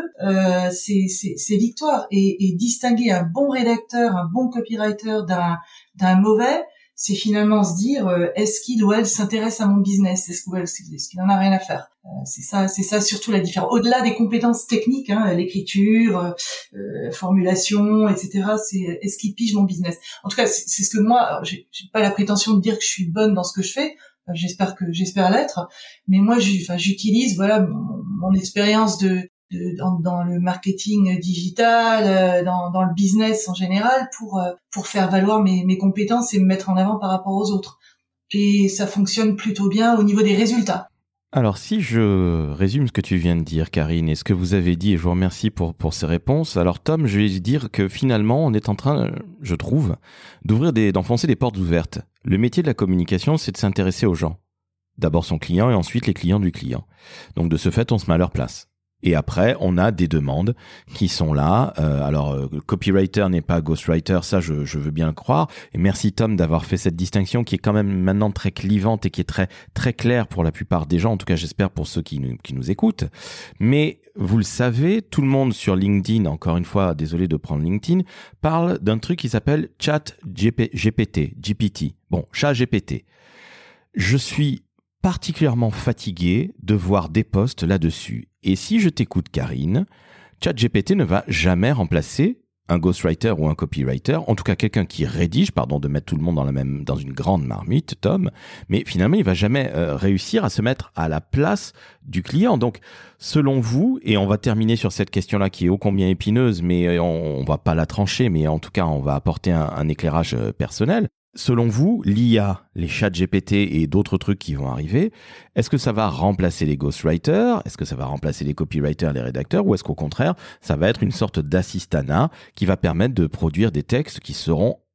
ces victoires, et distinguer un bon rédacteur, un bon copywriter d'un mauvais, c'est finalement se dire est-ce qu'il ou elle s'intéresse à mon business, est-ce qu'il en a rien à faire. C'est ça surtout la différence. Au-delà des compétences techniques, l'écriture, formulation, etc. C'est est-ce qu'il pige mon business. En tout cas, c'est ce que moi, j'ai pas la prétention de dire que je suis bonne dans ce que je fais. J'espère l'être, mais moi, j'utilise mon expérience dans le marketing digital, dans le business en général, pour faire valoir mes compétences et me mettre en avant par rapport aux autres. Et ça fonctionne plutôt bien au niveau des résultats.
Alors, si je résume ce que tu viens de dire, Karine, et ce que vous avez dit, et je vous remercie pour ces réponses. Alors, Tom, je vais dire que finalement, on est en train, je trouve, d'enfoncer des portes ouvertes. Le métier de la communication, c'est de s'intéresser aux gens. D'abord son client et ensuite les clients du client. Donc, de ce fait, on se met à leur place. Et après, on a des demandes qui sont là. Copywriter n'est pas ghostwriter, ça je veux bien le croire. Et merci Tom d'avoir fait cette distinction qui est quand même maintenant très clivante et qui est très très claire pour la plupart des gens. En tout cas, j'espère pour ceux qui nous écoutent. Mais vous le savez, tout le monde sur LinkedIn, encore une fois, désolé de prendre LinkedIn, parle d'un truc qui s'appelle GPT. Bon, ChatGPT. Je suis particulièrement fatigué de voir des posts là-dessus. Et si je t'écoute, Karine, ChatGPT ne va jamais remplacer un ghostwriter ou un copywriter, en tout cas quelqu'un qui rédige, pardon de mettre tout le monde dans une grande marmite, Tom, mais finalement il va jamais réussir à se mettre à la place du client. Donc selon vous, et on va terminer sur cette question-là qui est ô combien épineuse, mais on va pas la trancher, mais en tout cas on va apporter un éclairage personnel. Selon vous, l'IA, les chats GPT et d'autres trucs qui vont arriver, est-ce que ça va remplacer les ghostwriters? Est-ce que ça va remplacer les copywriters, les rédacteurs? Ou est-ce qu'au contraire, ça va être une sorte d'assistanat qui va permettre de produire des textes qui seront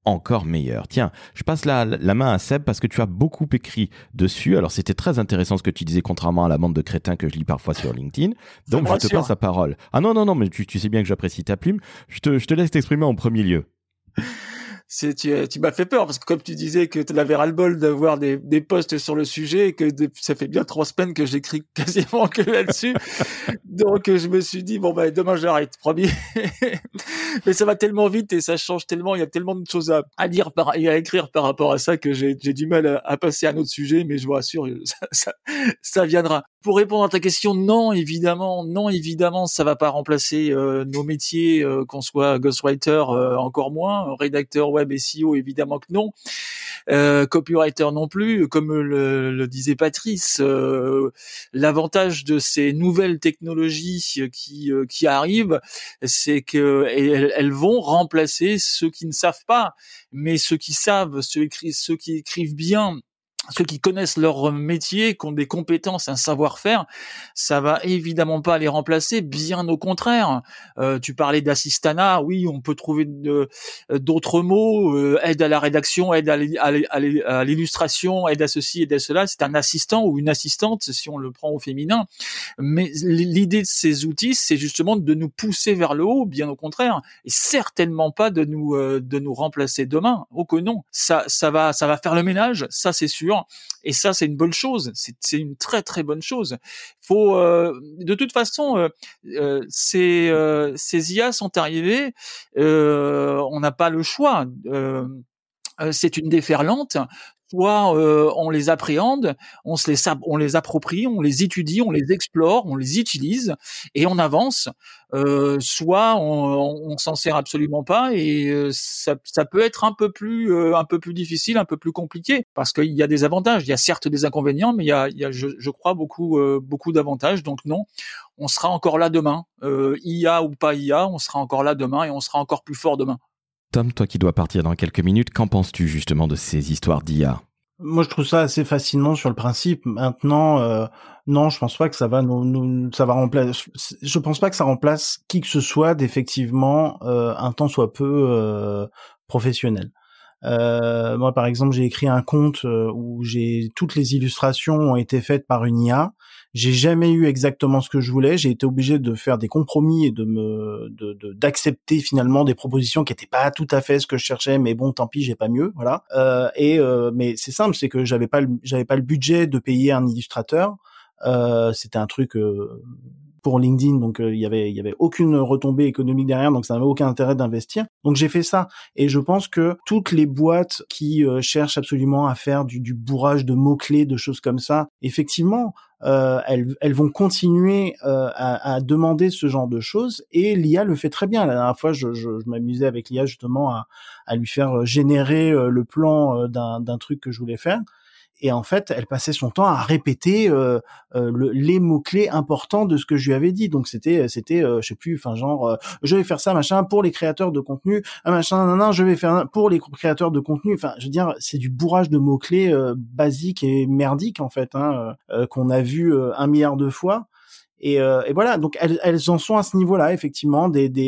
encore meilleur. Tiens, je passe la main à Seb parce que tu as beaucoup écrit dessus. Alors, c'était très intéressant ce que tu disais, contrairement à la bande de crétins que je lis parfois sur LinkedIn. Donc, je te passe la parole. Ah non, mais tu sais bien que j'apprécie ta plume. Je te laisse t'exprimer en premier lieu.
Tu m'as fait peur parce que comme tu disais que tu avais ras-le-bol d'avoir des posts sur le sujet et que ça fait bien 3 semaines que j'écris quasiment que là-dessus. Donc je me suis dit demain j'arrête, promis. Mais ça va tellement vite et ça change tellement, il y a tellement de choses à dire et à écrire par rapport à ça que j'ai du mal à passer à un autre sujet, mais je vous rassure, ça viendra. Pour répondre à ta question, non évidemment, ça va pas remplacer nos métiers, qu'on soit ghostwriter encore moins, rédacteur web et SEO évidemment que non, copywriter non plus. Comme le disait Patrice, l'avantage de ces nouvelles technologies qui arrivent, c'est que elles vont remplacer ceux qui ne savent pas, mais ceux qui savent, ceux qui écrivent bien, ceux qui connaissent leur métier, qui ont des compétences, un savoir-faire, ça va évidemment pas les remplacer, bien au contraire. Tu parlais d'assistanat, oui, on peut trouver d'autres mots, aide à la rédaction, aide à l'illustration, aide à ceci, aide à cela. C'est un assistant ou une assistante, si on le prend au féminin. Mais l'idée de ces outils, c'est justement de nous pousser vers le haut, bien au contraire, et certainement pas de nous remplacer demain. Oh que non, ça va faire le ménage, ça c'est sûr. Et ça, c'est une bonne chose. C'est une très très bonne chose. Faut, de toute façon, ces IA sont arrivés. On n'a pas le choix. C'est une déferlante. Soit on les appréhende, on les approprie, on les étudie, on les explore, on les utilise et on avance. Soit on s'en sert absolument pas et ça peut être un peu plus difficile, un peu plus compliqué parce qu'il y a des avantages. Il y a certes des inconvénients, mais il y a je crois beaucoup d'avantages. Donc non, on sera encore là demain. IA ou pas IA, on sera encore là demain et on sera encore plus fort demain.
Tom, toi qui dois partir dans quelques minutes, qu'en penses-tu justement de ces histoires d'IA ?
Moi, je trouve ça assez fascinant sur le principe. Maintenant, non, je pense pas que ça va ça va remplacer. Je pense pas que ça remplace qui que ce soit d'effectivement un tant soit peu professionnel. Moi, par exemple, j'ai écrit un conte où toutes les illustrations ont été faites par une IA. J'ai jamais eu exactement ce que je voulais. J'ai été obligé de faire des compromis et d'accepter finalement des propositions qui étaient pas tout à fait ce que je cherchais. Mais bon, tant pis, j'ai pas mieux, voilà. Mais c'est simple, c'est que j'avais pas le budget de payer un illustrateur. C'était un truc pour LinkedIn, donc il y avait aucune retombée économique derrière, donc ça n'avait aucun intérêt d'investir. Donc j'ai fait ça, et je pense que toutes les boîtes qui cherchent absolument à faire du bourrage de mots-clés, de choses comme ça, effectivement, elles vont continuer à demander ce genre de choses, et l'IA le fait très bien. La dernière fois, je m'amusais avec l'IA justement à lui faire générer le plan d'un truc que je voulais faire. Et en fait, elle passait son temps à répéter les mots-clés importants de ce que je lui avais dit. Donc c'était je sais plus, enfin genre je vais faire ça machin pour les créateurs de contenu, machin je vais faire pour les créateurs de contenu. Enfin, je veux dire, c'est du bourrage de mots-clés basique et merdique en fait, qu'on a vu 1 milliard de fois. Et voilà, donc elles en sont à ce niveau-là, effectivement,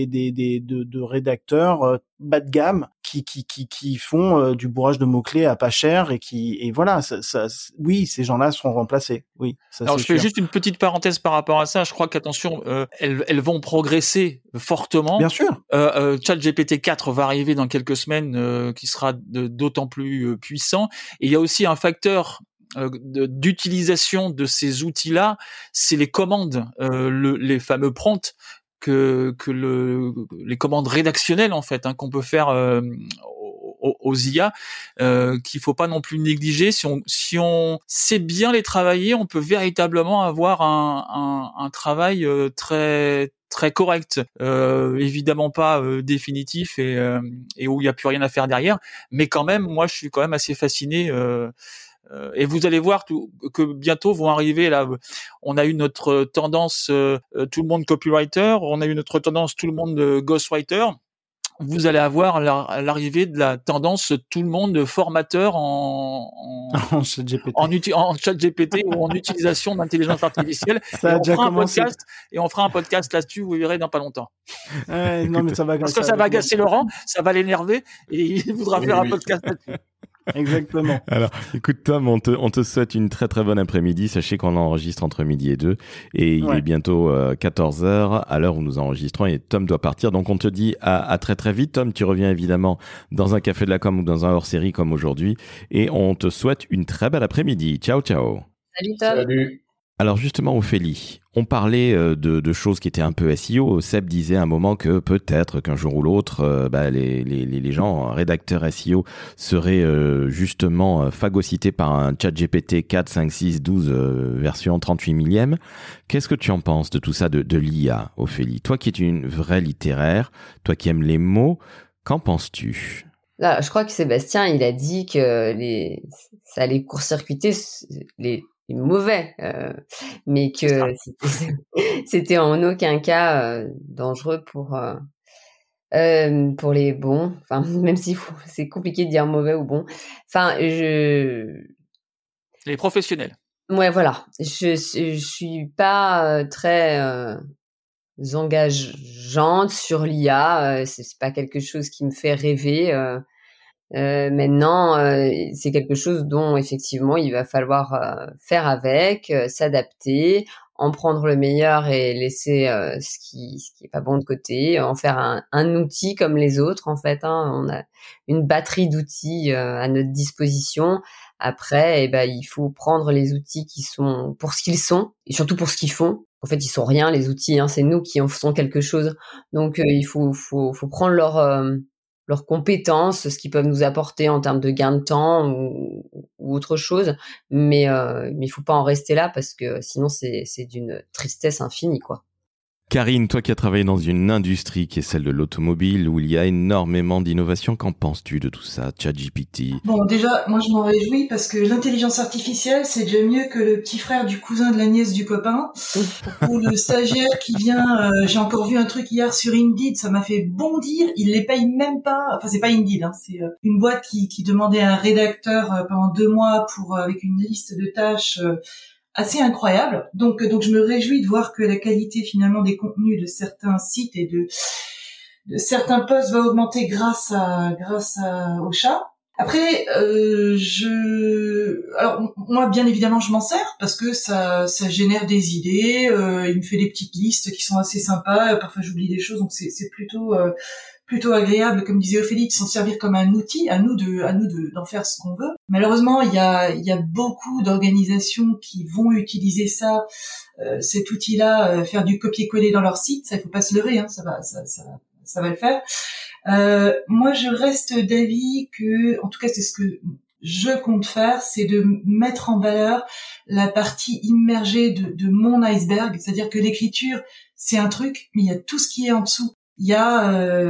de rédacteurs bas de gamme qui font du bourrage de mots-clés à pas cher et voilà, oui, ces gens-là seront remplacés. Oui, ça.
Alors
c'est
je fais
sûr.
juste une petite parenthèse par rapport à ça. Je crois qu'attention, elles vont progresser fortement.
Bien sûr.
ChatGPT 4 va arriver dans quelques semaines, qui sera d'autant plus puissant. Et il y a aussi un facteur d'utilisation de ces outils-là, c'est les commandes, les fameux prompts les commandes rédactionnelles en fait, qu'on peut faire aux IA, qu'il faut pas non plus négliger. Si on sait bien les travailler, on peut véritablement avoir un travail très très correct, évidemment pas définitif et où il y a plus rien à faire derrière, mais quand même, moi je suis quand même assez fasciné. Et vous allez voir que bientôt vont arriver là. On a eu notre tendance tout le monde copywriter, on a eu notre tendance tout le monde ghostwriter. vous allez avoir l'arrivée de la tendance tout le monde formateur en chat GPT ou en utilisation d'intelligence artificielle.
Ça a déjà commencé.
On fera un podcast là-dessus, vous verrez dans pas longtemps.
Non, mais ça va
agacer Laurent, ça va l'énerver et il voudra faire un podcast là-dessus.
Exactement.
Alors, écoute Tom, on te souhaite une très très bonne après-midi. Sachez qu'on enregistre entre midi et 2 et il est bientôt 14h à l'heure où nous enregistrons et Tom doit partir. Donc on te dit à très très vite. Tom, tu reviens évidemment dans un café de la com ou dans un hors-série comme aujourd'hui et on te souhaite une très belle après-midi. Ciao ciao.
Salut Tom.
Salut.
Alors justement, Ophélie, on parlait de choses qui étaient un peu SEO. Seb disait à un moment que peut-être qu'un jour ou l'autre, les gens, rédacteurs SEO, seraient justement phagocytés par un chat GPT 4, 5, 6, 12 version 38 millième. Qu'est-ce que tu en penses de tout ça, de l'IA, Ophélie? Toi qui es une vraie littéraire, toi qui aimes les mots, qu'en penses-tu?
Là, je crois que Sébastien, il a dit que ça allait court-circuiter les mauvais, mais que c'était en aucun cas dangereux pour les bons. Enfin, même si c'est compliqué de dire mauvais ou bon. Enfin,
les professionnels.
Ouais, voilà. Je suis pas très engageante sur l'IA. C'est pas quelque chose qui me fait rêver. Maintenant, c'est quelque chose dont effectivement il va falloir faire avec, s'adapter, en prendre le meilleur et laisser ce qui est pas bon de côté, en faire un outil comme les autres en fait. On a une batterie d'outils à notre disposition. Après, il faut prendre les outils qui sont pour ce qu'ils sont et surtout pour ce qu'ils font. En fait, ils sont rien les outils. C'est nous qui en faisons quelque chose. Donc, il faut prendre leurs compétences, ce qu'ils peuvent nous apporter en termes de gain de temps ou autre chose, mais il faut pas en rester là parce que sinon c'est d'une tristesse infinie, quoi.
Karine, toi qui as travaillé dans une industrie qui est celle de l'automobile où il y a énormément d'innovation, qu'en penses-tu de tout ça, ChatGPT?
Bon, déjà, moi je m'en réjouis parce que l'intelligence artificielle, c'est déjà mieux que le petit frère du cousin de la nièce du copain ou le stagiaire qui vient. J'ai encore vu un truc hier sur Indeed, ça m'a fait bondir. Ils les payent même pas. Enfin, c'est pas Indeed, c'est une boîte qui demandait à un rédacteur pendant 2 mois avec une liste de tâches. Assez incroyable. Donc je me réjouis de voir que la qualité finalement des contenus de certains sites et de certains posts va augmenter grâce au chat. Après, alors moi bien évidemment je m'en sers parce que ça génère des idées. Il me fait des petites listes qui sont assez sympas. Parfois j'oublie des choses, donc c'est plutôt agréable, comme disait Ophélie, de s'en servir comme un outil, à nous d'en faire ce qu'on veut. Malheureusement, il y a beaucoup d'organisations qui vont utiliser cet outil-là, faire du copier-coller dans leur site. Ça, il faut pas se leurrer, ça va le faire. Moi, je reste d'avis que, en tout cas, c'est ce que je compte faire, c'est de mettre en valeur la partie immergée de mon iceberg, c'est-à-dire que l'écriture, c'est un truc, mais il y a tout ce qui est en dessous. Il y a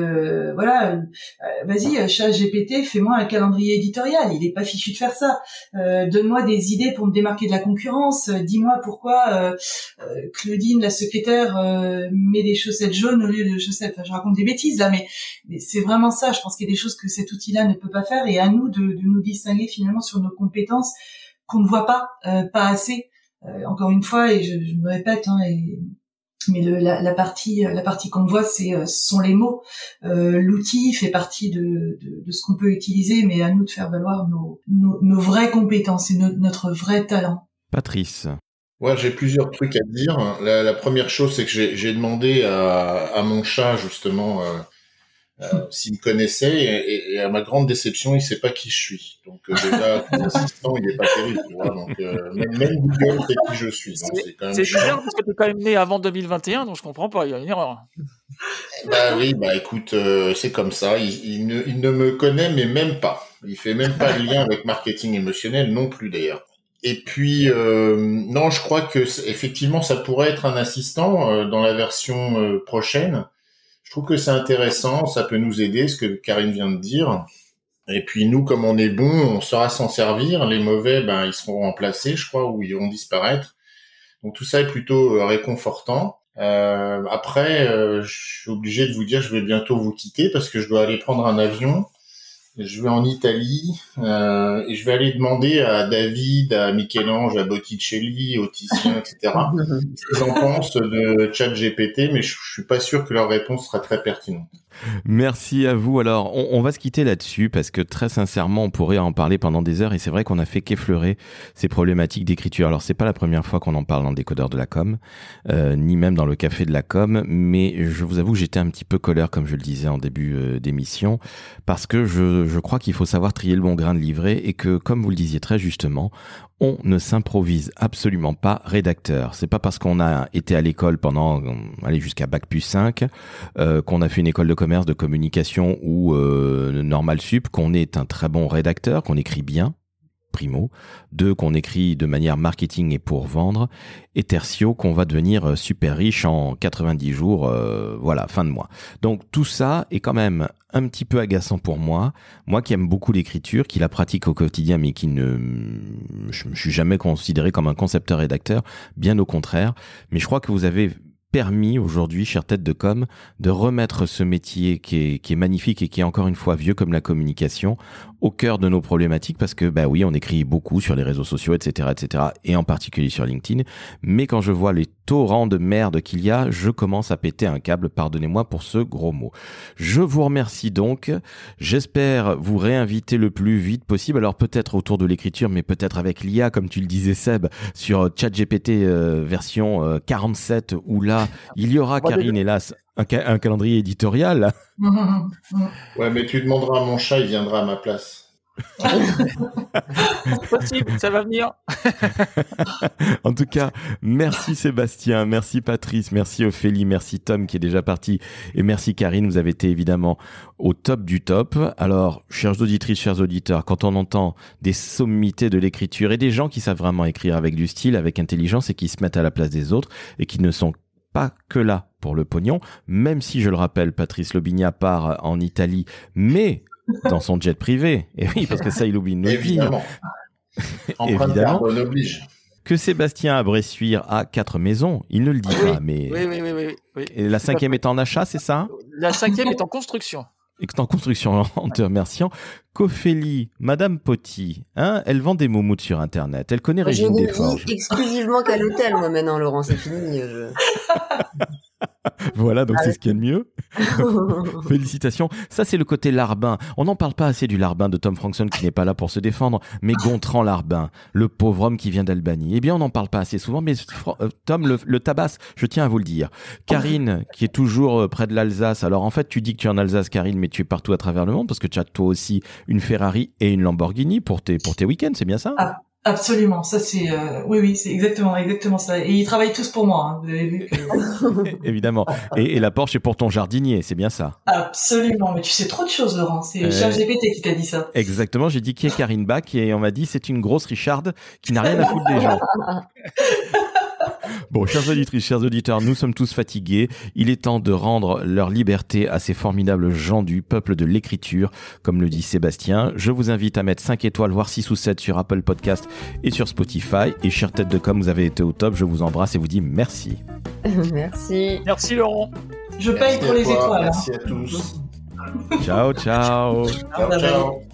vas-y ChatGPT, fais-moi un calendrier éditorial, il est pas fichu de faire ça. Donne-moi des idées pour me démarquer de la concurrence, dis-moi pourquoi Claudine la secrétaire met des chaussettes jaunes au lieu de chaussettes. Enfin, je raconte des bêtises là, mais c'est vraiment ça. Je pense qu'il y a des choses que cet outil-là ne peut pas faire et à nous de nous distinguer finalement sur nos compétences qu'on ne voit pas assez. Encore une fois, et je me répète, mais la partie qu'on voit, ce sont les mots. L'outil fait partie de ce qu'on peut utiliser, mais à nous de faire valoir nos vraies compétences et notre vrai talent.
Patrice.
Ouais, j'ai plusieurs trucs à dire. La première chose, c'est que j'ai demandé à mon chat justement s'il me connaissait et à ma grande déception, il sait pas qui je suis. Donc déjà, l'assistant, il est pas terrible, tu vois. Donc même Google sait qui je suis. Donc, c'est quand même
bizarre parce que t'es quand même né avant 2021, donc je comprends pas. Il y a une erreur.
Oui, écoute, c'est comme ça. Il ne me connaît mais même pas. Il fait même pas le lien avec marketing émotionnel non plus d'ailleurs. Et puis non, je crois que effectivement, ça pourrait être un assistant dans la version prochaine. Je trouve que c'est intéressant, ça peut nous aider, ce que Karine vient de dire. Et puis nous, comme on est bon, on saura s'en servir. Les mauvais, ils seront remplacés, je crois, ou ils vont disparaître. Donc tout ça est plutôt réconfortant. Après, je suis obligé de vous dire, je vais bientôt vous quitter parce que je dois aller prendre un avion. Je vais en Italie et je vais aller demander à David, à Michel-Ange, à Botticelli, au Titien, etc. ce qu'ils en pensent de ChatGPT, mais je suis pas sûr que leur réponse sera très pertinente.
Merci à vous. Alors, on va se quitter là-dessus parce que très sincèrement, on pourrait en parler pendant des heures et c'est vrai qu'on a fait qu'effleurer ces problématiques d'écriture. Alors, c'est pas la première fois qu'on en parle dans le décodeur de la com, ni même dans le café de la com, mais je vous avoue que j'étais un petit peu colère, comme je le disais en début d'émission, parce que je crois qu'il faut savoir trier le bon grain de livret et que, comme vous le disiez très justement, on ne s'improvise absolument pas rédacteur. C'est pas parce qu'on a été à l'école pendant, jusqu'à bac plus 5, qu'on a fait une école de commerce, de communication ou normal sup, qu'on est un très bon rédacteur, qu'on écrit bien, primo, 2, qu'on écrit de manière marketing et pour vendre, et tertio, qu'on va devenir super riche en 90 jours, voilà, fin de mois. Donc tout ça est quand même un petit peu agaçant pour moi qui aime beaucoup l'écriture, qui la pratique au quotidien, mais je me suis jamais considéré comme un concepteur-rédacteur, bien au contraire, mais je crois que vous avez permis aujourd'hui, chère tête de com, de remettre ce métier qui est magnifique et qui est encore une fois vieux comme la communication au cœur de nos problématiques parce que, bah oui, on écrit beaucoup sur les réseaux sociaux, etc., et en particulier sur LinkedIn. Mais quand je vois les torrents de merde qu'il y a, je commence à péter un câble. Pardonnez-moi pour ce gros mot. Je vous remercie donc. J'espère vous réinviter le plus vite possible. Alors peut-être autour de l'écriture, mais peut-être avec l'IA, comme tu le disais Seb, sur ChatGPT version 47, où là, il y aura, Karine, hélas, un calendrier éditorial.
Ouais, mais tu demanderas à mon chat, il viendra à ma place.
Possible, ça va venir.
En tout cas, merci Sébastien, merci Patrice, merci Ophélie, merci Tom qui est déjà parti et merci Karine, vous avez été évidemment au top du top. Alors, chères auditrices, chers auditeurs, quand on entend des sommités de l'écriture et des gens qui savent vraiment écrire avec du style, avec intelligence et qui se mettent à la place des autres et qui ne sont pas que là pour le pognon, même si, je le rappelle, Patrice Lobigna part en Italie, mais dans son jet privé. Et oui, parce que ça, il oublie de nous le dire. Évidemment.
Oblige.
Que Sébastien à Bressuire a 4 maisons. Il ne le dit pas, mais...
Oui.
Et la 5e est en achat, c'est ça ?
La 5e est en construction.
Et que en construction, en te remerciant. Qu'Ophélie, Madame Poty, elle vend des moumoutes sur Internet. Elle connaît Régine Desforges.
Je ne vis exclusivement qu'à l'hôtel, moi, maintenant, Laurent, c'est fini.
Voilà, donc c'est ce qu'il y a de mieux. Félicitations. Ça, c'est le côté larbin. On n'en parle pas assez du larbin de Tom Frankson qui n'est pas là pour se défendre, mais Gontran Larbin, le pauvre homme qui vient d'Albanie. Eh bien, on n'en parle pas assez souvent, mais Tom le tabasse, je tiens à vous le dire. Karine, qui est toujours près de l'Alsace. Alors, en fait, tu dis que tu es en Alsace, Karine, mais tu es partout à travers le monde parce que tu as toi aussi une Ferrari et une Lamborghini pour tes week-ends, c'est bien ça ?
Absolument, ça c'est oui, c'est exactement ça. Et ils travaillent tous pour moi, hein. Vous avez vu que...
Évidemment. Et la Porsche est pour ton jardinier, c'est bien ça.
Absolument, mais tu sais trop de choses, Laurent. C'est ChatGPT qui t'a dit ça.
Exactement, j'ai dit qui est Karine Bach et on m'a dit c'est une grosse Richarde qui n'a rien à foutre des gens. Bon, chères auditrices, chers auditeurs, nous sommes tous fatigués. Il est temps de rendre leur liberté à ces formidables gens du peuple de l'écriture, comme le dit Sébastien. Je vous invite à mettre 5 étoiles, voire 6 ou 7 sur Apple Podcast et sur Spotify. Et chère tête de com, vous avez été au top. Je vous embrasse et vous dis merci.
Merci.
Merci Laurent.
Je paye pour les étoiles.
Merci à tous.
Ciao, ciao.
Ciao.